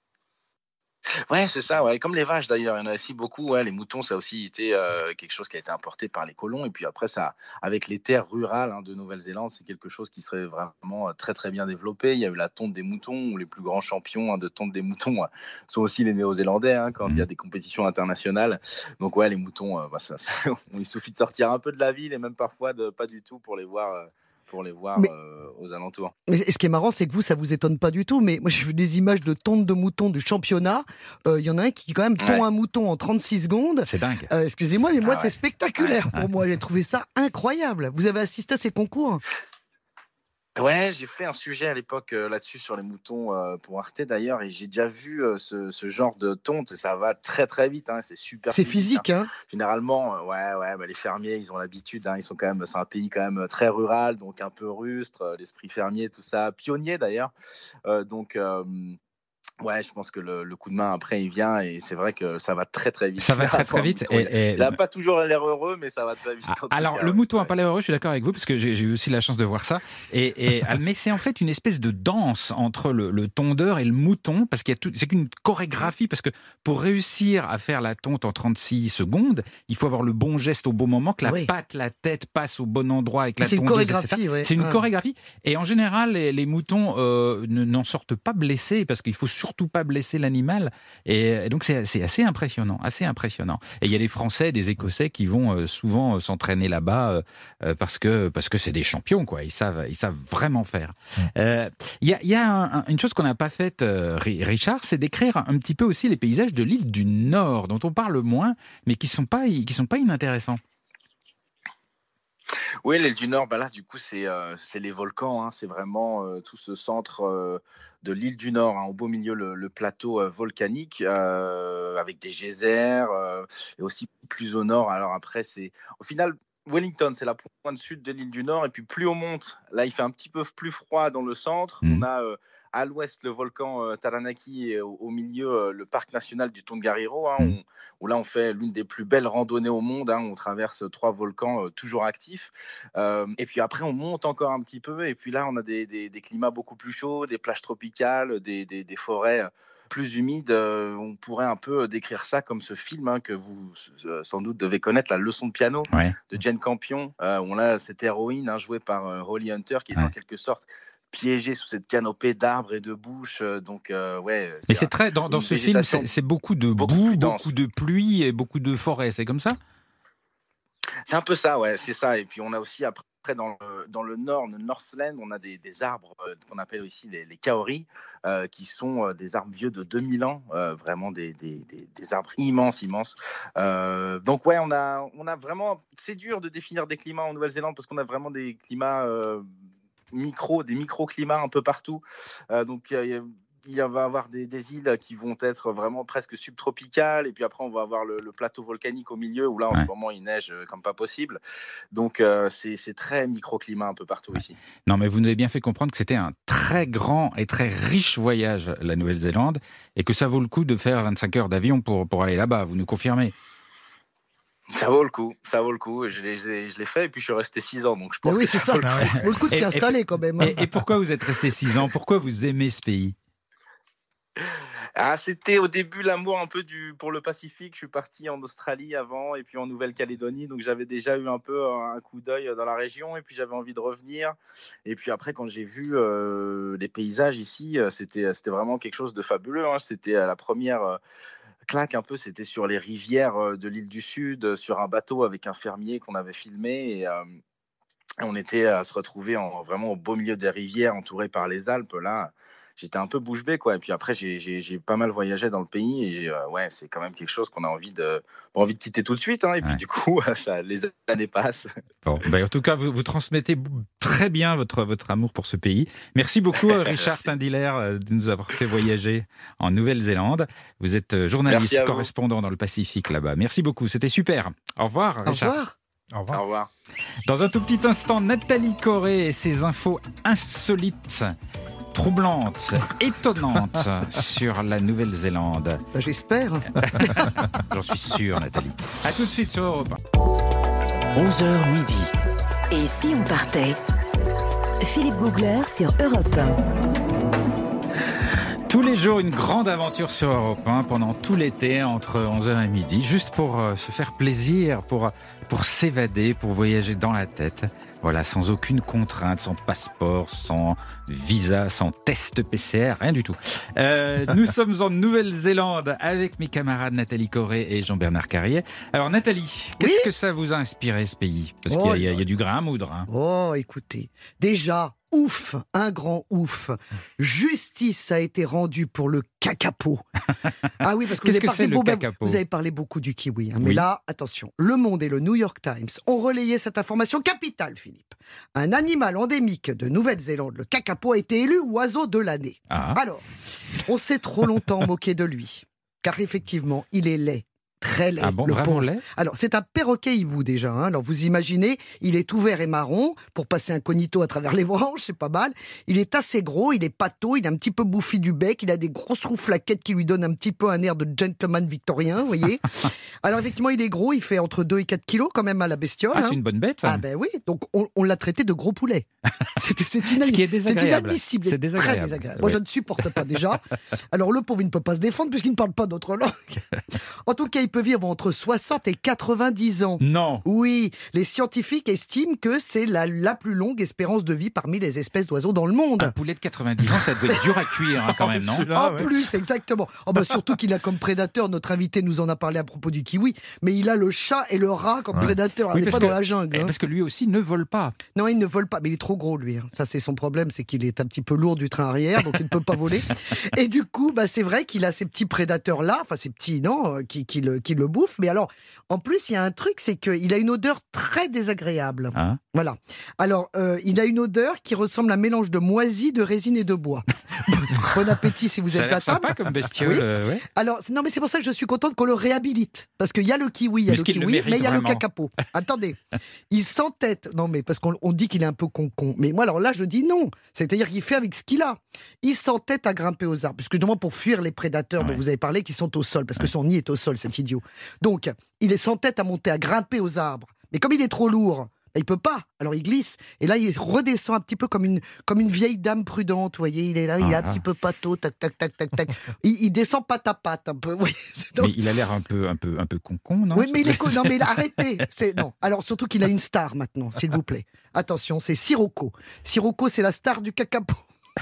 G: Ouais, c'est ça, ouais. Comme les vaches d'ailleurs, il y en a aussi beaucoup. Ouais. Les moutons, ça a aussi été euh, quelque chose qui a été importé par les colons. Et puis après, ça, avec les terres rurales hein, de Nouvelle-Zélande, c'est quelque chose qui serait vraiment très très bien développé. Il y a eu la tonte des moutons, où les plus grands champions hein, de tonte des moutons euh, sont aussi les Néo-Zélandais hein, quand mmh. il y a des compétitions internationales. Donc ouais, les moutons, euh, bah, ça, ça, il suffit de sortir un peu de la ville et même parfois de pas du tout pour les voir. Euh, pour les voir mais, euh, aux alentours.
D: Mais ce qui est marrant, c'est que vous, ça vous étonne pas du tout, mais moi j'ai vu des images de tonte de moutons du championnat. Il euh, y en a un qui quand même tond ouais. un mouton en trente-six secondes.
F: C'est dingue.
D: Euh, excusez-moi, mais moi ah ouais. c'est spectaculaire
F: ouais.
D: pour moi. J'ai trouvé ça incroyable. Vous avez assisté à ces concours ?
G: Ouais, j'ai fait un sujet à l'époque euh, là-dessus sur les moutons euh, pour Arte d'ailleurs, et j'ai déjà vu euh, ce, ce genre de tonte et ça va très très vite, hein, c'est super.
D: C'est physique, physique hein.
G: hein. Généralement, euh, ouais, ouais, bah, les fermiers, ils ont l'habitude, hein, ils sont quand même, c'est un pays quand même très rural, donc un peu rustre, euh, l'esprit fermier, tout ça, pionnier d'ailleurs, euh, donc. Euh, Ouais, je pense que le, le coup de main après il vient et c'est vrai que ça va très très vite.
F: Ça va très très vite.
G: Et, et... Il n'a pas toujours l'air heureux, mais ça va très vite.
F: Alors
G: cas,
F: le
G: ouais.
F: mouton n'a pas l'air heureux, je suis d'accord avec vous parce que j'ai, j'ai eu aussi la chance de voir ça. Et, et mais c'est en fait une espèce de danse entre le, le tondeur et le mouton parce qu'il y a tout, c'est qu'une chorégraphie parce que pour réussir à faire la tonte en trente-six secondes, il faut avoir le bon geste au bon moment, que la oui. patte, la tête passe au bon endroit avec la
D: c'est
F: tondeuse.
D: Une chorégraphie, ouais.
F: C'est une
D: ah.
F: chorégraphie. Et en général, les, les moutons euh, ne, n'en sortent pas blessés parce qu'il faut surtout pas blesser l'animal et donc c'est, c'est assez impressionnant, assez impressionnant. Et il y a des Français, des Écossais qui vont euh, souvent euh, s'entraîner là-bas euh, parce que parce que c'est des champions quoi. Ils savent ils savent vraiment faire. Il euh, y a il y a un, un, une chose qu'on n'a pas faite, euh, Richard, c'est d'écrire un petit peu aussi les paysages de l'île du Nord dont on parle moins, mais qui sont pas qui sont pas inintéressants.
G: Oui, l'île du Nord, bah là, du coup, c'est euh, c'est les volcans. Hein, c'est vraiment euh, tout ce centre euh, de l'île du Nord, hein, au beau milieu, le, le plateau euh, volcanique, euh, avec des geysers, euh, et aussi plus au nord. Alors après, c'est au final, Wellington, c'est la pointe sud de l'île du Nord. Et puis plus on monte, là, il fait un petit peu plus froid dans le centre.
C: Mmh.
G: On a euh, à l'ouest le volcan euh, Taranaki et au, au milieu euh, le parc national du Tongariro, hein,
C: Mmh.
G: où, où là on fait l'une des plus belles randonnées au monde. Hein, on traverse trois volcans euh, toujours actifs. Euh, et puis après on monte encore un petit peu. Et puis là on a des, des, des climats beaucoup plus chauds, des plages tropicales, des, des, des forêts euh, plus humides. Euh, on pourrait un peu décrire ça comme ce film hein, que vous euh, sans doute devez connaître, La leçon de piano
C: Ouais.
G: de Jane Campion. Euh, on a cette héroïne hein, jouée par euh, Holly Hunter qui est
C: Ouais.
G: en quelque sorte piégée sous cette canopée d'arbres et de bouches. Euh, donc, euh, ouais.
C: Mais c'est très dans, dans ce film, c'est, c'est beaucoup de
G: beaucoup
C: boue,
G: plus dense.
C: beaucoup de pluie et beaucoup de forêt. C'est comme ça?
G: C'est un peu ça, ouais, c'est ça. Et puis on a aussi après dans le, dans le nord, le Northland, on a des, des arbres euh, qu'on appelle aussi les, les kaori, euh, qui sont euh, des arbres vieux de deux mille ans, euh, vraiment des, des, des, des arbres immenses, immenses. Euh, donc ouais, on a, on a vraiment, c'est dur de définir des climats en Nouvelle-Zélande parce qu'on a vraiment des climats euh, micro, des microclimats un peu partout. Euh, donc euh, il va y avoir des, des îles qui vont être vraiment presque subtropicales, et puis après on va avoir le, le plateau volcanique au milieu où là en
C: Ouais.
G: ce moment il neige comme pas possible. Donc euh, c'est, c'est très microclimat un peu partout
C: Ouais.
G: ici.
C: Non, mais vous nous avez bien fait comprendre que c'était un très grand et très riche voyage, la Nouvelle-Zélande, et que ça vaut le coup de faire vingt-cinq heures d'avion pour, pour aller là-bas. Vous nous confirmez?
G: Ça vaut le coup, ça vaut le coup. Je l'ai, je l'ai, je l'ai fait et puis je suis resté six ans, donc je pense
D: Mais oui,
G: que
D: c'est
G: ça
D: ça.
G: vaut le coup.
E: Ah ouais.
D: Vaut le coup de
C: Et-
D: s'y
C: et-
D: installer quand même. hein.
C: Et, et pourquoi vous êtes resté six ans? Pourquoi vous aimez ce pays?
G: Ah, c'était au début l'amour un peu du, pour le Pacifique. Je suis parti en Australie avant et puis en Nouvelle-Calédonie. Donc j'avais déjà eu un peu un coup d'œil dans la région et puis j'avais envie de revenir. Et puis après, quand j'ai vu euh, les paysages ici, euh, c'était, c'était vraiment quelque chose de fabuleux. Hein. C'était euh, la première euh, claque un peu. C'était sur les rivières euh, de l'île du Sud, euh, sur un bateau avec un fermier qu'on avait filmé. Et, euh, on était à se retrouver en, vraiment au beau milieu des rivières, entouré par les Alpes. Là, j'étais un peu bouche bée, quoi. Et puis après, j'ai, j'ai, j'ai pas mal voyagé dans le pays. Et euh, ouais, c'est quand même quelque chose qu'on a envie de, pas envie de quitter tout de suite. Hein. Et puis
C: Ouais.
G: du coup, ça, les années passent.
C: Bon, ben, en tout cas, vous, vous transmettez très bien votre, votre amour pour ce pays. Merci beaucoup, euh, Richard
G: Merci.
C: Tindiller, euh, de nous avoir fait voyager en Nouvelle-Zélande. Vous êtes euh, journaliste,
G: Merci à vous.
C: correspondant dans le Pacifique là-bas. Merci beaucoup, c'était super. Au revoir,
D: Au
C: Richard.
D: revoir.
E: Au revoir.
G: Au revoir.
C: Dans un tout petit instant, Nathalie Corée et ses infos insolites, troublantes, étonnantes sur la Nouvelle-Zélande.
D: Bah, j'espère.
C: J'en suis sûr, Nathalie. À tout de suite sur Europe un.
A: onze heures midi.
B: Et si on partait? Philippe Googler sur Europe un.
C: Tous les jours, une grande aventure sur Europe un pendant tout l'été, entre onze heures et midi, juste pour euh, se faire plaisir, pour, pour s'évader, pour voyager dans la tête. Voilà, sans aucune contrainte, sans passeport, sans visa, sans test P C R, rien du tout. Euh, nous sommes en Nouvelle-Zélande avec mes camarades Nathalie Corée et Jean-Bernard Carrier. Alors Nathalie, qu'est-ce
D: Oui
C: que ça vous a inspiré ce pays? Parce
D: Oh
C: qu'il y a, il y a-
D: là
C: il y a du grain à moudre. Hein.
D: Oh, écoutez, déjà, ouf, un grand ouf. Justice a été rendue pour le kakapo. Ah oui, parce que,
C: Qu'est-ce
D: vous, avez
C: que
D: parlé
C: c'est, le
D: beau- ben,
C: kakapo
D: vous avez parlé beaucoup du kiwi. hein, mais
C: Oui.
D: là, attention, Le Monde et le New York Times ont relayé cette information capitale, Philippe. Un animal endémique de Nouvelle-Zélande, le kakapo, a été élu oiseau de l'année.
C: Ah.
D: Alors, on s'est trop longtemps moqué de lui, car effectivement, il est laid. Très laid.
C: Ah bon,
D: le
C: vraiment
D: pauvre.
C: laid?
D: Alors, c'est un perroquet hibou déjà. hein. Alors, vous imaginez, il est tout vert et marron pour passer incognito à travers les branches, c'est pas mal. Il est assez gros, il est pâteau, il est un petit peu bouffi du bec, il a des grosses rouflaquettes qui lui donnent un petit peu un air de gentleman victorien, vous voyez. Alors, effectivement, il est gros, il fait entre deux et quatre kilos quand même à la bestiole.
C: Ah,
D: hein.
C: c'est une bonne bête.
D: Ah ben oui, donc on, on l'a traité de gros poulet. C'est, c'est, inadmi-
C: Ce qui est
D: c'est
C: désagréable.
D: inadmissible,
C: C'est
D: très
C: désagréable.
D: désagréable. Moi,
C: Oui.
D: je ne supporte pas déjà. Alors le pauvre, il ne peut pas se défendre puisqu'il ne parle pas d'autre langue. En tout cas, il peut vivre entre soixante et quatre-vingt-dix ans.
C: Non.
D: Oui, les scientifiques estiment que c'est la, la plus longue espérance de vie parmi les espèces d'oiseaux dans le monde.
C: Un poulet de quatre-vingt-dix ans, ça doit être dur à cuire hein, quand même, non?
E: Celui-là,
D: En
E: ouais.
D: plus, exactement. Oh bah surtout qu'il a comme prédateur, notre invité nous en a parlé à propos du kiwi, mais il a le chat et le rat comme
E: Ouais.
D: prédateur.
C: Oui,
D: il n'est
C: parce
D: pas
C: que-
D: dans la jungle.
C: Eh,
D: hein.
C: Parce que lui aussi ne vole pas.
D: Non, il ne vole pas, mais il est trop gros, lui. hein. Ça, c'est son problème, c'est qu'il est un petit peu lourd du train arrière, donc il ne peut pas voler. Et du coup, bah, c'est vrai qu'il a ces petits prédateurs-là, enfin ces petits, non, euh, qui, qui, le, le, qui le bouffent. Mais alors, en plus, il y a un truc, c'est qu'il a une odeur très désagréable.
F: Hein
D: Voilà. Alors, euh, il a une odeur qui ressemble à un mélange de moisi, de résine et de bois. Bon appétit si vous
F: Ça a
D: êtes
F: l'air
D: à table.
F: sympa comme bestiole.
D: Oui.
F: euh, ouais.
D: Alors, non, mais c'est pour ça que je suis contente qu'on le réhabilite. Parce qu'il y a le kiwi, il y a
F: Mais
D: le
F: est-ce qu'il le
D: kiwi,
F: mérite
D: mais il y a
F: vraiment
D: le kakapo. Attendez, il s'entête. Non, mais parce qu'on on dit qu'il est un peu con-con. Mais moi, alors là, je dis non. C'est-à-dire qu'il fait avec ce qu'il a. Il s'entête à grimper aux arbres. Puisque justement, pour fuir les prédateurs
F: Ouais.
D: dont vous avez parlé, qui sont au sol. Parce que
F: Ouais.
D: son nid est au sol, cet idiot. Donc, il est s'entête à monter, à grimper aux arbres. Mais comme il est trop lourd, il peut pas, alors il glisse, et là il redescend un petit peu comme une, comme une vieille dame prudente, vous voyez, il est là, il est un
F: Ah.
D: petit peu pâteau, tac, tac, tac, tac, tac. Il, il descend patte à patte un peu, vous voyez, c'est donc-
F: Mais il a l'air un peu, un peu, un peu con-con, non
D: oui, mais il est co- non, mais il- arrêtez. C'est non. Alors surtout qu'il a une star maintenant, s'il vous plaît. Attention, c'est Sirocco. Sirocco, c'est la star du kakapo.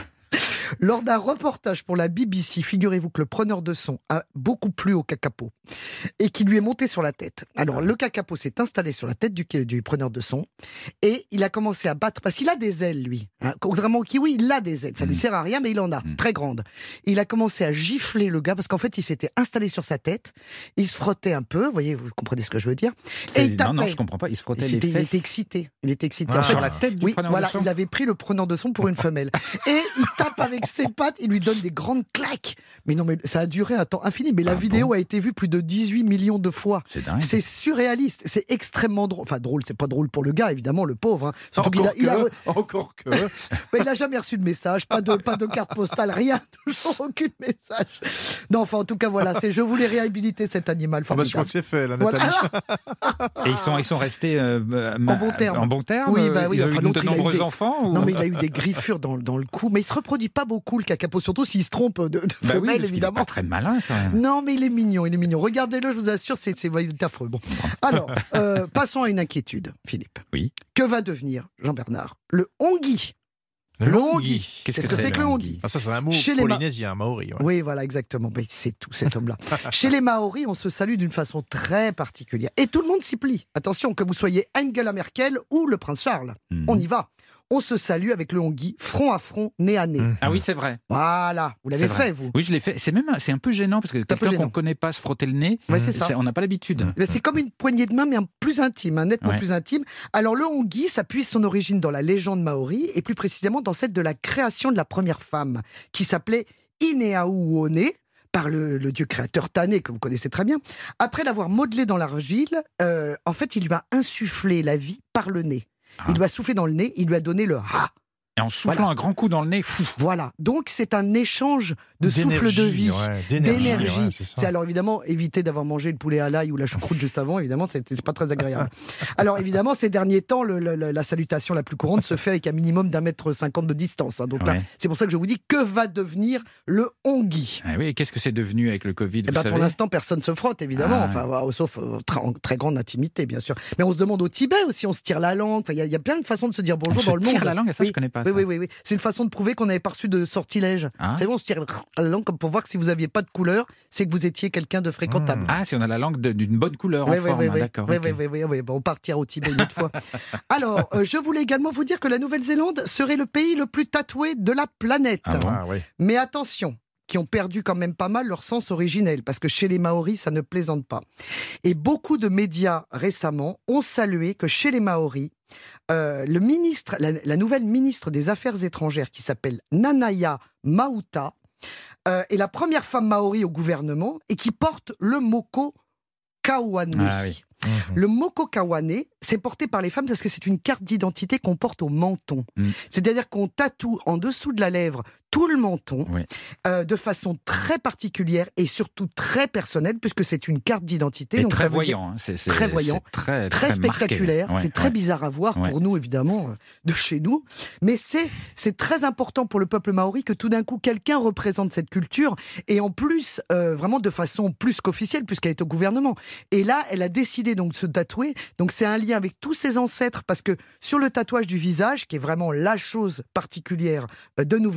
D: Lors d'un reportage pour la B B C, figurez-vous que le preneur de son a beaucoup plu au kakapo et qui lui est monté sur la tête. Alors le kakapo s'est installé sur la tête du, du preneur de son et il a commencé à battre parce qu'il a des ailes lui. Hein. Contrairement au kiwi, il a des ailes. Ça lui
F: Mm.
D: sert à rien, mais il en a
F: Mm.
D: très grandes. Il a commencé à gifler le gars parce qu'en fait il s'était installé sur sa tête. Il se frottait un peu, vous voyez, vous comprenez ce que je veux dire. Et il
F: non, non,
D: tapait.
F: je comprends pas. Il se frottait
D: Et
F: les
D: c'était- il
F: fesses
D: était excité. Il était excité.
E: Ah.
D: En fait,
F: sur la tête du
D: oui,
F: preneur
D: voilà,
F: de son.
D: il avait pris le preneur de son pour une femelle. Et il tape avec ses pattes, il lui donne des grandes claques. Mais non, mais ça a duré un temps infini. Mais la
F: Ah
D: vidéo
F: bon
D: a été vue plus de dix-huit millions de fois.
F: C'est dingue.
D: C'est surréaliste, c'est extrêmement drôle. Enfin, drôle, c'est pas drôle pour le gars, évidemment, le pauvre. Hein. Surtout qu'il a,
E: Encore
D: il a-
E: que, encore que.
D: mais il n'a jamais reçu de message, pas de, pas de carte postale, rien, toujours aucun message. Non, enfin, en tout cas, voilà, c'est je voulais réhabiliter cet animal
E: Ah bah, je crois
D: formidable.
E: que c'est fait, là,
D: Voilà.
E: Nathalie.
F: Et ils sont, ils sont restés euh, euh,
D: En bon terme.
F: En bon terme.
D: Oui, bah oui,
F: Ils ont
D: enfin,
F: eu
D: l'autre,
F: de
D: il a eu
F: nombreux
D: des-
F: enfants. ou-
D: Non, mais il a eu des griffures dans, dans le cou. Mais il se reproduit pas beaucoup, le kakapo, surtout s'il se trompe de, de
F: Bah oui,
D: femelle,
F: parce qu'il est
D: évidemment.
F: pas très malin quand même.
D: Non, mais il est mignon, il est mignon. Regardez-le, je vous assure, c'est, c'est, il est affreux. Bon. Alors, euh, passons à une inquiétude, Philippe.
F: Oui.
D: Que va devenir, Jean-Bernard, le hongui?
E: Le
D: Le
E: hongui.
D: hongui.
F: Qu'est-ce
D: Qu'est-ce
F: que
D: que
F: c'est,
D: c'est que
F: le
D: le
F: hongui
D: hongui?
E: Ah, ça, c'est un mot
D: Chez les Ma-
E: polynésien, maori. ouais.
D: Oui, voilà, exactement. Ben, c'est tout, cet homme-là. Chez les Maoris, on se salue d'une façon très particulière. Et tout le monde s'y plie. Attention, que vous soyez Angela Merkel ou le prince Charles.
F: Mhm.
D: On y va. On se salue avec le hongui, front à front, nez à nez.
E: Mhm.
F: Ah oui, c'est vrai.
D: Voilà, vous l'avez
F: C'est vrai.
D: fait, vous.
F: Oui, je l'ai fait. C'est même, c'est un peu gênant parce que
D: peu
F: quelqu'un qu'on
D: gênant.
F: ne connaît pas se frotter le nez,
D: Ouais, c'est ça.
F: c'est- on n'a pas l'habitude.
D: Mais c'est comme une poignée de main, mais un plus intime, un nettement
F: Ouais.
D: plus intime. Alors le hongui, ça puise son origine dans la légende maori, et plus précisément dans celle de la création de la première femme, qui s'appelait Ineauone, par le, le dieu créateur Tané, que vous connaissez très bien. Après l'avoir modelé dans l'argile, euh, en fait, il lui a insufflé la vie par le nez.
F: Ah.
D: Il lui a soufflé dans le nez, il lui a donné le ha.
F: Et en soufflant
D: Voilà.
F: un grand coup dans le nez, fou.
D: Voilà. Donc c'est un échange de souffle de
E: D'énergie,
D: vie.
E: ouais, d'énergie,
D: D'énergie.
E: ouais, c'est ça.
D: c'est alors évidemment éviter d'avoir mangé le poulet à l'ail ou la choucroute juste avant, évidemment, c'est c'est pas très agréable. Alors évidemment, ces derniers temps, le- le- la salutation la plus courante se fait avec un minimum d'un mètre cinquante de distance. hein. Donc là,
F: Ouais.
D: c'est pour ça que je vous dis que va devenir le hongui.
F: Ah oui, et qu'est-ce que c'est devenu avec le Covid
D: Eh
F: vous
D: ben, pour
F: savez
D: l'instant, personne ne se frotte, évidemment,
F: Ah,
D: enfin, voilà, sauf euh, tra- en très grande intimité, bien sûr. Mais on se demande au Tibet aussi, on se tire la langue. Enfin, Il y, a- il y a plein de façons de se dire
F: On
D: bonjour
F: se
D: dans le monde.
F: tire la langue, et ça,
D: Oui.
F: je connais pas.
D: Oui,
F: ça.
D: oui, oui, oui. C'est une façon de prouver qu'on n'avait pas reçu de sortilège.
F: Ah.
D: C'est bon, on se tire la langue comme pour voir que si vous n'aviez pas de couleur, c'est que vous étiez quelqu'un de fréquentable.
F: Ah, si on a la langue de- d'une bonne couleur
D: Oui,
F: en
D: oui,
F: forme,
D: oui,
F: hein,
D: oui.
F: d'accord.
D: Oui,
F: ok.
D: oui, oui, oui, oui. Bon, on partira au Tibet une autre fois. Alors, euh, je voulais également vous dire que la Nouvelle-Zélande serait le pays le plus tatoué de la planète.
F: Ah bon
E: Ah, ouais.
D: Mais attention, qui ont perdu quand même pas mal leur sens originel, parce que chez les Maoris, ça ne plaisante pas. Et beaucoup de médias récemment ont salué que chez les Maoris, euh, le ministre, la, la nouvelle ministre des Affaires étrangères, qui s'appelle Nanaya Mauta, euh, est la première femme maori au gouvernement et qui porte le moko kawane.
F: Ah oui.
E: Mhm.
D: Le moko kawane, c'est porté par les femmes parce que c'est une carte d'identité qu'on porte au menton.
F: Mm.
D: C'est-à-dire qu'on tatoue en dessous de la lèvre tout le menton,
F: Oui.
D: euh, de façon très particulière et surtout très personnelle, puisque c'est une carte d'identité.
F: Et
D: donc
F: très
D: ça veut dire
F: voyant. hein. C'est, c'est-
D: très voyant,
F: c'est très,
D: très
F: très marqué.
D: spectaculaire.
F: Ouais,
D: c'est très
F: ouais.
D: bizarre à voir
F: Ouais.
D: pour nous, évidemment, euh, de chez nous. Mais c'est, c'est très important pour le peuple maori que tout d'un coup, quelqu'un représente cette culture. Et en plus, euh, vraiment de façon plus qu'officielle, puisqu'elle est au gouvernement. Et là, elle a décidé donc de se tatouer. Donc c'est un lien avec tous ses ancêtres, parce que sur le tatouage du visage, qui est vraiment la chose particulière euh, de Nouvelle-Zélande,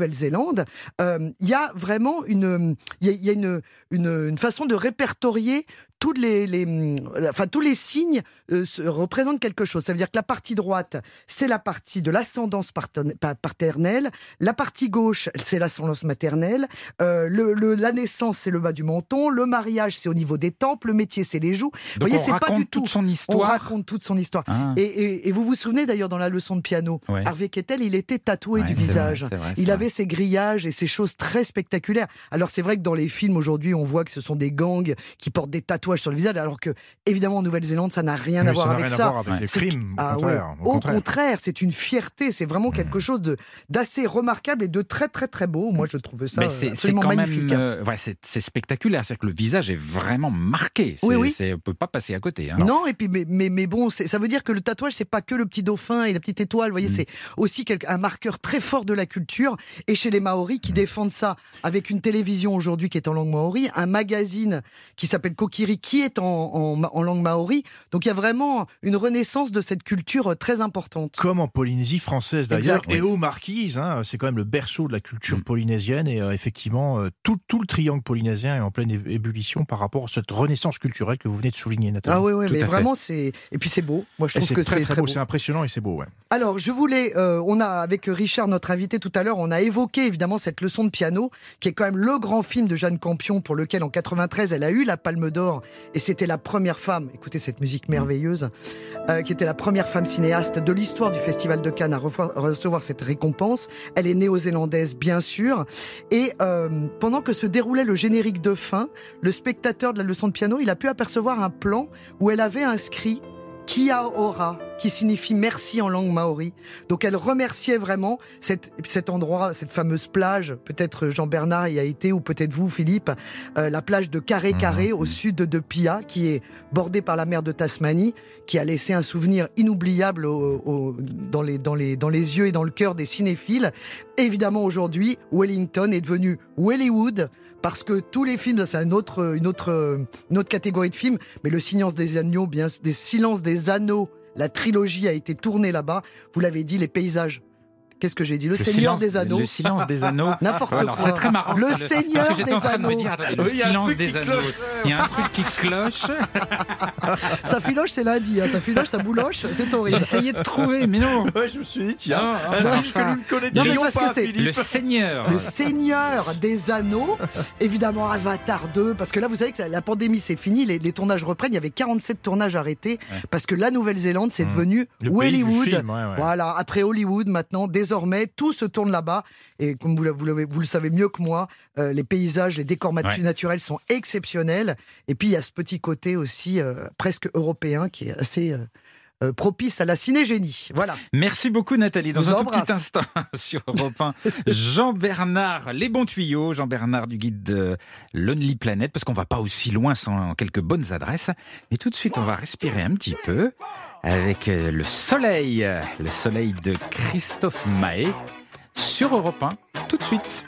D: Nouvelle-Zélande, euh, il y a vraiment une, il y a, il y a une, une, une façon de répertorier toutes les, les, enfin, tous les signes euh, se représentent quelque chose. Ça veut dire que la partie droite, c'est la partie de l'ascendance paternelle. La partie gauche, c'est l'ascendance maternelle. Euh, le, le, la naissance, c'est le bas du menton. Le mariage, c'est au niveau des tempes. Le métier, c'est les joues.
F: Donc
D: vous voyez,
F: on
D: c'est
F: raconte
D: pas du
F: toute
D: tout.
F: son histoire.
D: On raconte toute son histoire.
F: Ah.
D: Et, et, et vous vous souvenez d'ailleurs dans la leçon de piano,
F: Ouais.
D: Harvey Keitel, il était tatoué
F: Ouais,
D: du
F: c'est
D: visage.
F: vrai, c'est vrai, c'est
D: il
F: vrai.
D: avait ses grillages et ces choses très spectaculaires. Alors c'est vrai que dans les films aujourd'hui, on voit que ce sont des gangs qui portent des tatouages sur le visage, alors que évidemment en Nouvelle-Zélande, ça n'a rien
E: Mais
D: à voir
E: ça n'a
D: avec
E: rien
D: ça.
E: à voir avec
F: Ouais.
E: les
D: C'est-
E: crimes, au
D: Ah
E: contraire.
D: ouais.
E: au
D: Au
E: contraire.
D: contraire, c'est une fierté, c'est vraiment quelque chose de d'assez remarquable et de très très très beau. Moi, je trouve ça
F: Mais
D: euh,
F: c'est, c'est
D: absolument
F: quand
D: magnifique.
F: même, euh, ouais, c'est, c'est spectaculaire. C'est-à-dire que le visage est vraiment marqué. C'est,
D: Oui, oui.
F: c'est- on peut pas passer à côté. Hein.
D: Non, et puis mais, mais, mais bon, c'est- ça veut dire que le tatouage, c'est pas que le petit dauphin et la petite étoile. Vous voyez,
F: Mm.
D: c'est aussi quelque- un marqueur très fort de la culture. Et chez les Maoris qui défendent ça, avec une télévision aujourd'hui qui est en langue maori, un magazine qui s'appelle Kokiri qui est en, en, en langue maori. Donc il y a vraiment une renaissance de cette culture très importante.
E: Comme en Polynésie française d'ailleurs,
D: Exact.
E: et aux Marquises, hein, c'est quand même le berceau de la culture
F: Mm.
E: polynésienne, et euh, effectivement, euh, tout, tout le triangle polynésien est en pleine é- ébullition par rapport à cette renaissance culturelle que vous venez de souligner, Nathalie.
D: Ah oui, oui,
F: Tout
D: mais
F: à fait.
D: vraiment, c'est. Et puis c'est beau. Moi, je
E: Et
D: trouve
E: c'est
D: que
E: très,
D: c'est
E: très,
D: très
E: beau,
D: beau.
E: c'est impressionnant et c'est beau, ouais.
D: Alors, je voulais, euh, on a avec Richard, notre invité tout à l'heure, on a évoqué évidemment cette leçon de piano, qui est quand même le grand film de Jeanne Campion, pour lequel en quatre-vingt-treize elle a eu la Palme d'Or, et c'était la première femme. Écoutez cette musique merveilleuse, euh, qui était la première femme cinéaste de l'histoire du Festival de Cannes à refoire- recevoir cette récompense. Elle est néo-zélandaise, bien sûr, et euh, pendant que se déroulait le générique de fin, le spectateur de la leçon de piano, il a pu apercevoir un plan où elle avait inscrit Kia ora, qui signifie merci en langue maori. Donc elle remerciait vraiment cet, cet endroit, cette fameuse plage, peut-être Jean-Bernard y a été, ou peut-être vous Philippe, euh, la plage de Carré Carré au sud de Pia, qui est bordée par la mer de Tasmanie, qui a laissé un souvenir inoubliable au, au, dans, les, dans, les, dans les yeux et dans le cœur des cinéphiles. Évidemment aujourd'hui, Wellington est devenu Wellywood, parce que tous les films, c'est une autre, une, autre, une autre catégorie de films, mais le Silence des Agneaux, bien, des Silences des Anneaux, la trilogie a été tournée là-bas. Vous l'avez dit, les paysages. Qu'est-ce que j'ai dit? Le,
F: Le
D: Seigneur
F: silence-
D: des Anneaux.
F: Le silence des anneaux.
D: N'importe
F: Alors,
D: quoi.
F: c'est très marrant.
D: Le
F: ça,
D: Seigneur
F: Parce que j'étais en
D: des
F: train de me
D: Anneaux.
F: dire, attendez, le
E: Oui, il y a un
F: silence
E: truc
F: des
E: qui
F: anneaux.
E: cloche.
F: Il y a un truc qui cloche.
D: Ça filoche, c'est lundi. Hein. Ça filoche, ça bouloche, c'est horrible.
F: J'essayais de trouver, mais non.
E: Ouais, je me suis dit, tiens,
F: Non, non,
E: un
F: ça
E: film
F: marche
E: que
F: pas.
E: nous ne
D: Non, mais
E: connaîtrions
D: parce que
E: pas,
D: c'est-
E: Philippe.
F: Le Seigneur.
D: Le Seigneur des Anneaux, évidemment Avatar deux, parce que là vous savez que la pandémie c'est fini, les, les tournages reprennent, il y avait quarante-sept tournages arrêtés,
F: Ouais.
D: parce que la Nouvelle-Zélande c'est
E: Mmh.
D: devenu
E: Le pays du
D: Wellywood.
E: film, ouais, ouais.
D: Voilà, après Hollywood maintenant, désormais tout se tourne là-bas, et comme vous, le- vous, le- vous le savez mieux que moi, euh, les paysages, les décors matu-
F: Ouais.
D: naturels sont exceptionnels, et puis il y a ce petit côté aussi euh, presque européen qui est assez... euh, euh, propice à la cinégénie. Voilà.
F: Merci beaucoup Nathalie. Dans
D: Vous
F: un tout
D: embrasse.
F: petit instant sur Europe un, Jean-Bernard, les bons tuyaux, Jean-Bernard du guide de Lonely Planet, parce qu'on va pas aussi loin sans quelques bonnes adresses. Et tout de suite, on va respirer un petit peu avec euh, le soleil, le soleil de Christophe Mahé sur Europe un, tout de suite.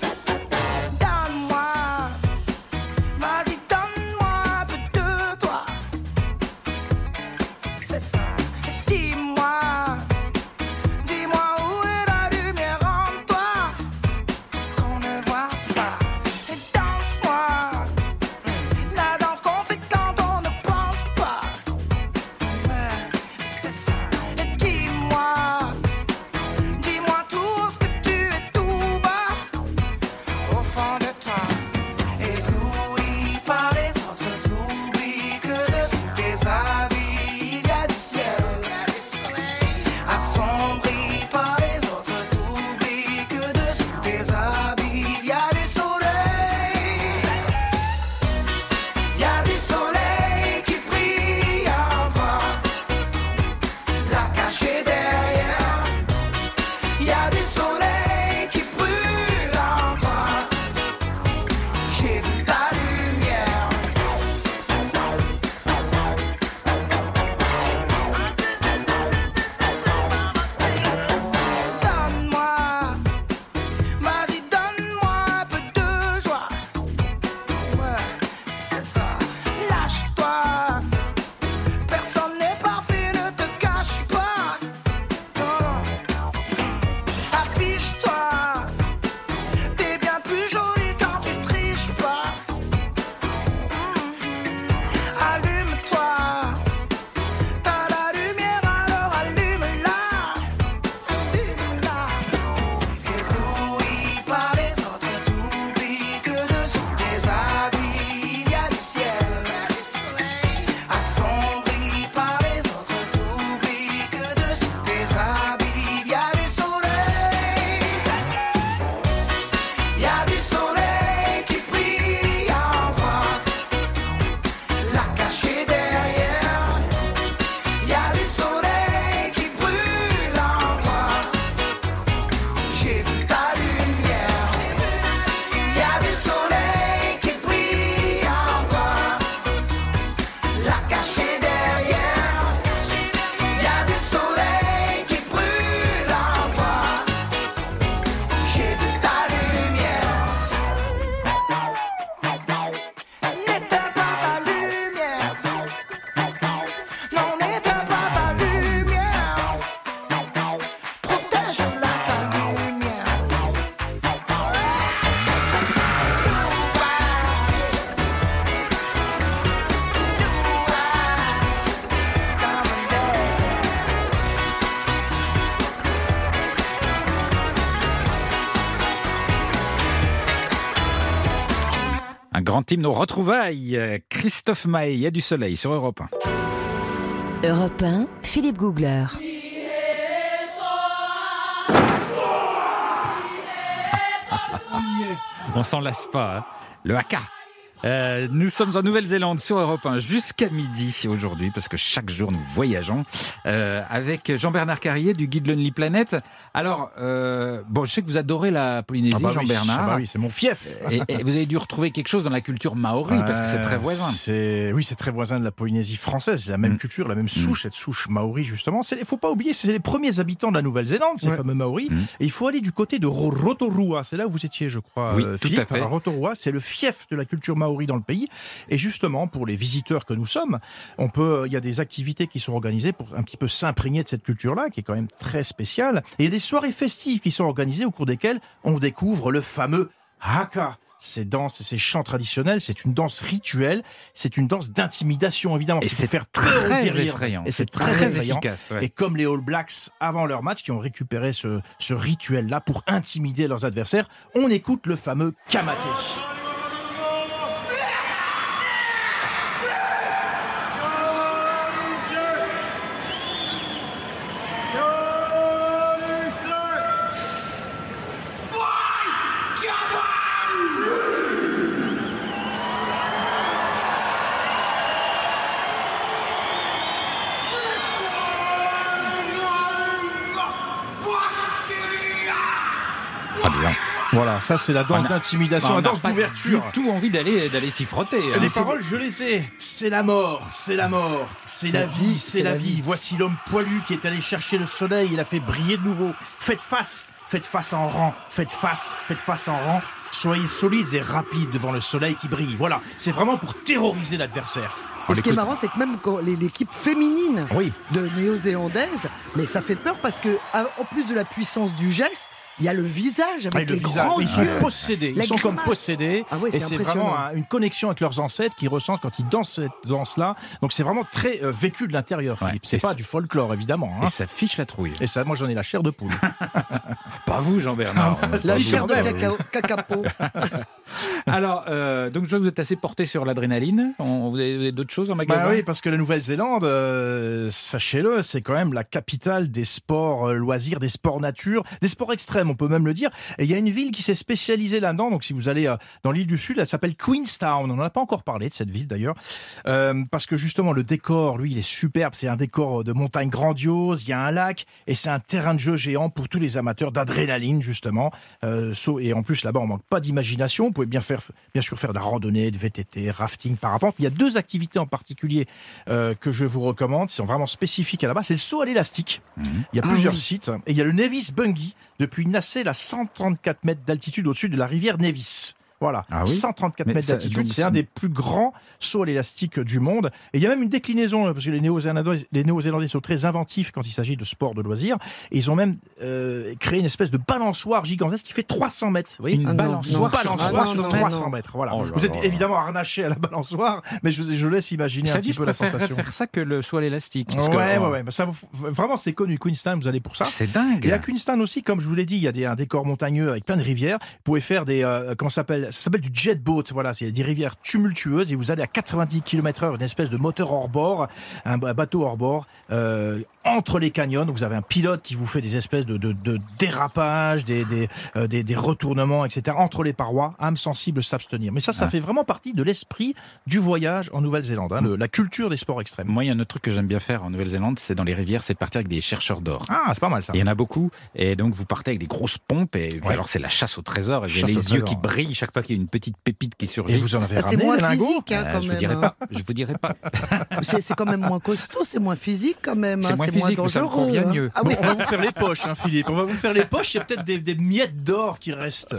H: Donne-moi, vas-y donne-moi un peu de toi. C'est ça. Dis-moi, dis-moi où est la lumière en toi qu'on ne voit pas. Et danse-moi, la danse qu'on fait quand on ne pense pas. Ouais, c'est ça. Et dis-moi, dis-moi tout ce que tu es tout bas.
F: Grand hymne aux retrouvailles. Christophe Maé, il y a du soleil sur Europe un.
B: Europe un, Philippe Googler.
F: On s'en lasse pas, hein. Le haka. Euh, nous sommes en Nouvelle-Zélande sur Europe un jusqu'à midi aujourd'hui parce que chaque jour nous voyageons euh, avec Jean-Bernard Carrier du guide Lonely Planet. Alors, euh, bon, je sais que vous adorez la Polynésie,
E: ah bah
F: Jean-Bernard.
E: Oui, ah bah oui, c'est mon fief.
F: Et, et vous avez dû retrouver quelque chose dans la culture maori euh, parce que c'est très voisin.
E: C'est, oui, c'est très voisin de la Polynésie française. C'est la même mmh. culture, la même souche, mmh. cette souche maori justement. Il ne faut pas oublier, c'est les premiers habitants de la Nouvelle-Zélande, ces ouais. fameux maoris. Mmh. Et il faut aller du côté de Rotorua. C'est là où vous étiez, je crois,
F: oui,
E: euh,
F: tout
E: Philippe.
F: à fait.
E: Alors, Rotorua, c'est le fief de la culture maori dans le pays. Et justement, pour les visiteurs que nous sommes, on peut, il y a des activités qui sont organisées pour un petit peu s'imprégner de cette culture-là, qui est quand même très spéciale. Et il y a des soirées festives qui sont organisées au cours desquelles on découvre le fameux haka. Ces danses et ces chants traditionnels, c'est une danse rituelle, c'est une danse d'intimidation évidemment.
F: Et
E: c'est
F: c'est
E: faire
F: très effrayant.
E: Et c'est, c'est très, très efficace. Ouais. Et comme les All Blacks avant leur match, qui ont récupéré ce, ce rituel-là pour intimider leurs adversaires, on écoute le fameux kamate. Voilà, ça c'est la danse a, d'intimidation, la danse d'ouverture.
F: Du tout envie d'aller, d'aller s'y frotter. Hein.
E: Les paroles, je les ai. C'est la mort, c'est la mort, c'est la vie, c'est la vie. Voici l'homme poilu qui est allé chercher le soleil, il a fait briller de nouveau. Faites face, faites face en rang, faites face, faites face en rang. Soyez solides et rapides devant le soleil qui brille. Voilà, c'est vraiment pour terroriser l'adversaire.
D: Et ce qui est marrant, c'est que même quand l'équipe féminine
E: oui.
D: de néo-zélandaise, mais ça fait peur parce que, en plus de la puissance du geste, il y a le visage avec ah, les visage. grands
E: Ils
D: yeux.
E: sont possédés, ils sont comme possédés.
D: Ah ouais, c'est
E: et c'est vraiment un, une connexion avec leurs ancêtres qu'ils ressentent quand ils dansent cette danse-là. Donc c'est vraiment très euh, vécu de l'intérieur, Philippe. Ouais, c'est pas c'est... du folklore, évidemment. Hein.
F: Et ça fiche la trouille.
E: Et ça, moi j'en ai la chair de poule.
F: Pas vous, Jean-Bernard.
D: Ah, la si chair de cacao, cacapo.
F: Alors, euh, donc je vois que vous êtes assez porté sur l'adrénaline. On, vous avez d'autres choses en magasin ?
E: Bah oui, parce que la Nouvelle-Zélande, euh, sachez-le, c'est quand même la capitale des sports euh, loisirs, des sports nature, des sports extrêmes, on peut même le dire. Et il y a une ville qui s'est spécialisée là-dedans. Donc si vous allez euh, dans l'île du Sud, elle s'appelle Queenstown. On n'en a pas encore parlé de cette ville d'ailleurs, euh, parce que justement le décor, lui, il est superbe. C'est un décor de montagne grandiose. Il y a un lac et c'est un terrain de jeu géant pour tous les amateurs d'adrénaline justement. Euh, et en plus là-bas, on manque pas d'imagination. Vous pouvez bien faire, bien sûr, faire de la randonnée, de V T T, rafting, parapente. Il y a deux activités en particulier euh, que je vous recommande, qui sont vraiment spécifiques à là-bas. C'est le saut à l'élastique. Mmh. Il y a ah plusieurs oui. sites. Et il y a le Nevis Bungee, depuis Nacelle à cent trente-quatre mètres d'altitude au-dessus de la rivière Nevis. Voilà, ah oui cent trente-quatre mètres d'altitude, c'est un des plus grands sauts à l'élastique du monde. Et il y a même une déclinaison, parce que les Néo-Zélandais, les Néo-Zélandais sont très inventifs quand il s'agit de sport de loisirs. Et ils ont même euh, créé une espèce de balançoire gigantesque qui fait trois cents mètres. Vous voyez,
F: une
E: ah
F: balançoire,
E: non, balançoire sur trois cents mètres. Voilà. Oh là vous êtes là évidemment là. harnaché à la balançoire, mais je, je laisse imaginer ça un petit peu la sensation.
F: Je préférerais faire ça que le saut à l'élastique.
E: Ouais, que, ouais, ouais, ouais. Ça, vraiment, c'est connu. Queenstown, vous allez pour ça.
F: C'est dingue.
E: Et à Queenstown aussi, comme je vous l'ai dit, il y a des, un décor montagneux avec plein de rivières. Vous pouvez faire des, euh, comment ça s'appelle, ça s'appelle du jet boat. Voilà, c'est des rivières tumultueuses et vous allez à quatre-vingt-dix kilomètres heure, une espèce de moteur hors-bord, un bateau hors-bord, euh, entre les canyons. Donc vous avez un pilote qui vous fait des espèces de, de, de dérapages, des, des, euh, des, des retournements, et cetera. Entre les parois, âme sensible s'abstenir. Mais ça, ça ah. fait vraiment partie de l'esprit du voyage en Nouvelle-Zélande, hein, le, la culture des sports extrêmes.
F: Moi, il y a un autre truc que j'aime bien faire en Nouvelle-Zélande, c'est dans les rivières, c'est de partir avec des chercheurs d'or.
E: Ah, c'est pas mal ça.
F: Il y en a beaucoup, et donc vous partez avec des grosses pompes, et ouais. alors c'est la chasse au trésor, et
E: chasse
F: les
E: yeux
F: trésor. Qui brillent chaque fois qu'il y a une petite pépite qui surgit.
E: Et vous en avez
D: ah,
E: ramené,
D: c'est moins
E: les lingots
D: physique, hein,
F: euh,
D: quand
F: je
D: même.
F: vous dirai pas. Je vous dirai pas.
D: c'est, c'est quand même moins costaud, c'est moins physique quand même.
F: C'est
D: hein,
F: moins
D: c'est
F: physique,
D: moins
F: mais ça me convient
D: hein.
F: mieux.
E: Ah oui. Bon, on va vous faire les poches, hein, Philippe. On va vous faire les poches. Il y a peut-être des, des miettes d'or qui restent.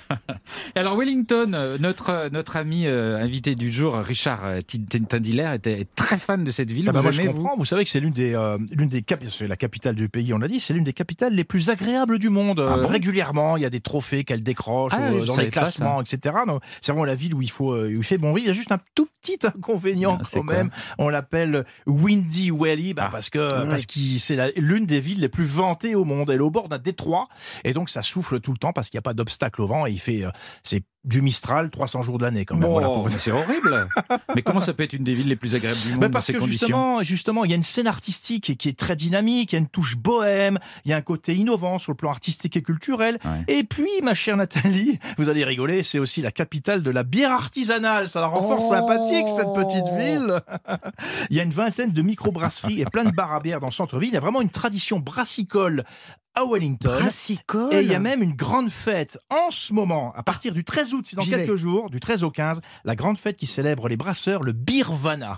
F: Alors Wellington, notre notre ami euh, invité du jour, Richard Tindiller, était très fan de cette ville.
E: Ah bah
F: vous
E: moi je
F: aimez,
E: comprends.
F: Vous,
E: vous savez que c'est l'une des euh, l'une des cap- c'est la capitale du pays. On l'a dit, c'est l'une des capitales les plus agréables du monde.
F: Ah
E: euh,
F: bon
E: régulièrement, il y a des trophées qu'elle décroche
F: ah,
E: euh, dans les classements,
F: pas,
E: et cetera. Donc, c'est vraiment la ville où il faut euh, où il fait bon vivre. Il y a juste un tout petit inconvénient
F: Ah, c'est
E: quand
F: quoi
E: même. On l'appelle Windy Valley bah,
F: Ah.
E: parce que parce que c'est la- l'une des villes les plus ventées au monde. Elle est au bord d'un détroit et donc ça souffle tout le temps parce qu'il n'y a pas d'obstacle au vent et il fait euh, c'est du Mistral trois cents jours de l'année quand même.
F: Bon,
E: Voilà, pour vous.
F: c'est horrible. Mais comment ça peut être une des villes les plus agréables du monde
E: Ben
F: dans
E: parce
F: ces
E: que
F: conditions?
E: justement, justement, il y a une scène artistique qui est très dynamique, il y a une touche bohème, il y a un côté innovant sur le plan artistique et culturel.
F: Ouais.
E: Et puis, ma chère Nathalie, vous allez rigoler, c'est aussi la capitale de la bière artisanale. Ça la rend fort
D: Oh.
E: sympathique, cette petite ville. Il y a une vingtaine de micro-brasseries et plein de bars à bière dans le centre-ville. Il y a vraiment une tradition brassicole à Wellington.
D: Brassicole.
E: Et il y a même une grande fête en ce moment, à partir du treize août, c'est dans
D: J'y
E: quelques
D: vais.
E: jours, du treize au quinze, la grande fête qui célèbre les brasseurs, le Birvana.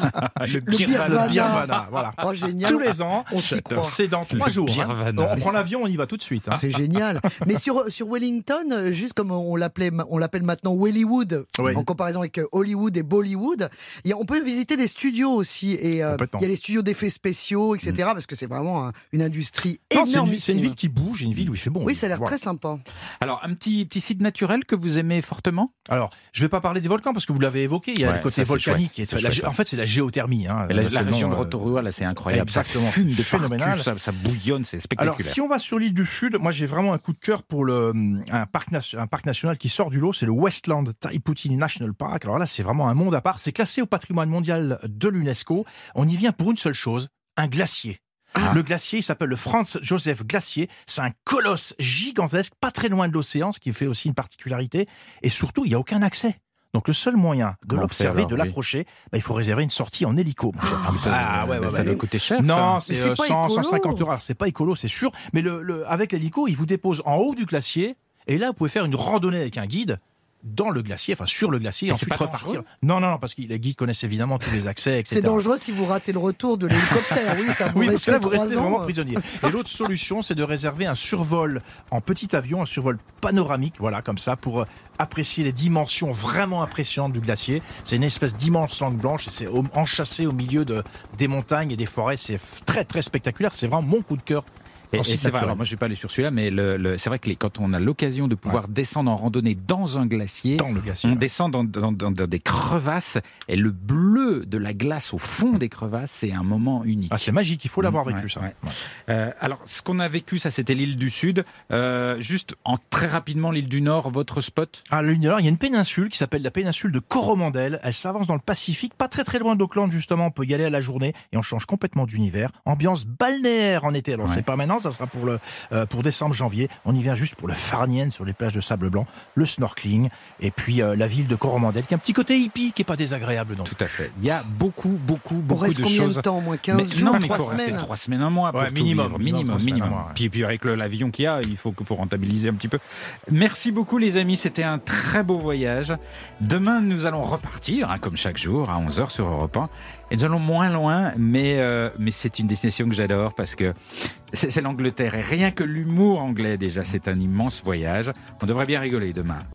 F: Le
D: Birvana.
E: Le Birvana, voilà.
D: Oh, génial.
E: Tous les ans,
D: On s'y croit.
E: c'est dans trois jours. hein.
F: Birvana.
E: On prend l'avion, on y va tout de suite. hein.
D: C'est génial. Mais sur, sur Wellington, euh, juste comme on l'appelait, on l'appelle maintenant Wellywood,
E: Oui.
D: en comparaison avec euh, Hollywood et Bollywood, il y a- on peut visiter des studios aussi. Et euh,
E: Complètement.
D: il y a les studios d'effets spéciaux, et cetera. Parce que c'est vraiment un- une industrie
E: Non, c'est une,
D: énorme.
E: ville- c'est une ville qui bouge, une ville où il fait bon.
D: Oui, ça a l'air
E: Voilà.
D: très sympa.
F: Alors, un petit, petit site naturel que vous aimez fortement?
E: Alors, je ne vais pas parler des volcans parce que vous l'avez évoqué. Il y a
F: Ouais,
E: le côté
F: ça, c'est
E: volcanique.
F: chouette,
E: qui est-
F: c'est
E: la-
F: chouette,
E: en fait, c'est la géothermie. hein.
F: Et la,
E: C'est
F: la
E: le
F: région
E: nom,
F: de
E: euh,
F: Rotorua, là, c'est incroyable.
E: Exactement,
F: Ça fume
E: c'est
F: de
E: phénoménal.
F: partout, ça, ça bouillonne, c'est spectaculaire.
E: Alors, si on va sur l'île du Sud, moi j'ai vraiment un coup de cœur pour le, un, parc, nation- un parc national qui sort du lot, c'est le Westland Taipūti National Park. Alors là, c'est vraiment un monde à part. C'est classé au patrimoine mondial de l'UNESCO. On y vient pour une seule chose, un glacier. Le glacier, il s'appelle le Franz Joseph Glacier. C'est un colosse gigantesque, pas très loin de l'océan, ce qui fait aussi une particularité. Et surtout, il n'y a aucun accès. Donc le seul moyen de
F: Comment
E: l'observer,
F: faire,
E: de
F: alors, oui.
E: l'approcher, bah, il faut réserver une sortie en hélico. mon cher.
F: Ah, ouais, ouais, ça
E: ouais.
F: doit coûter cher.
E: Non,
F: ça.
E: c'est
D: c'est
E: euh,
D: pas
E: cent,
D: écolo.
E: cent cinquante euros. Alors, c'est pas écolo, c'est sûr. Mais le, le- avec l'hélico, il vous dépose en haut du glacier. Et là, vous pouvez faire une randonnée avec un guide dans le glacier, enfin sur le glacier, et
F: Mais c'est
E: ensuite
F: pas
E: repartir.
F: dangereux
E: Non, non, non, parce que les guides connaissent évidemment tous les accès, et cetera.
D: C'est dangereux si vous ratez le retour de l'hélicoptère. Oui, ça vous
E: Oui, parce
D: reste
E: que là, vous
D: trois
E: restez
D: ans.
E: vraiment prisonnier. Et l'autre solution, c'est de réserver un survol en petit avion, un survol panoramique, voilà, comme ça, pour euh, apprécier les dimensions vraiment impressionnantes du glacier. C'est une espèce d'immense langue blanche et c'est au- enchâssé au milieu de, des montagnes et des forêts. C'est f- très, très spectaculaire. C'est vraiment mon coup de cœur.
F: Et,
E: en
F: et
E: site
F: c'est vrai,
E: naturel.
F: alors moi je vais pas aller sur celui-là, mais le, le- c'est vrai que les- quand on a l'occasion de pouvoir descendre en randonnée dans un glacier,
E: Dans le glacier.
F: on
E: ouais.
F: descend dans, dans- dans- dans des crevasses et le bleu de la glace au fond des crevasses, c'est un moment unique.
E: Ah, c'est magique, il faut l'avoir vécu,
F: Ouais,
E: ça.
F: ouais.
E: Ouais.
F: Euh, alors, ce qu'on a vécu, ça c'était l'île du Sud. Euh, juste en très rapidement, l'île du Nord, votre spot?
E: À l'île du Nord, il y a une péninsule qui s'appelle la péninsule de Coromandel. Elle s'avance dans le Pacifique, pas très très loin d'Auckland justement. On peut y aller à la journée et on change complètement d'univers. Ambiance balnéaire en été. Alors
F: Ouais.
E: c'est pas maintenant, ça sera pour le euh, pour décembre janvier. On y vient juste pour le farniente sur les plages de sable blanc, le snorkeling et puis euh, la ville de Coromandel qui a un petit côté hippie qui est pas désagréable non.
F: Tout à fait. Il y a beaucoup, beaucoup,
D: On
F: beaucoup
D: reste
F: de
D: combien
F: choses.
D: de temps? Au moins quinze
F: Mais
D: jours,
F: non, mais il
D: trois
F: faut rester
D: semaines.
F: trois semaines, un mois pour
E: Ouais,
F: tout
E: minimum,
F: vivre.
E: minimum,
F: minimum,
E: trois semaines,
F: minimum.
E: un mois, ouais.
F: Puis, puis avec le- l'avion qu'il y a, il faut, que- faut rentabiliser un petit peu. Merci beaucoup les amis, c'était un très beau voyage. Demain, nous allons repartir, hein, comme chaque jour, à onze heures sur Europe un. Et nous allons moins loin, mais, euh, mais c'est une destination que j'adore parce que c'est c'est l'Angleterre. Et rien que l'humour anglais, déjà, c'est un immense voyage. On devrait bien rigoler demain.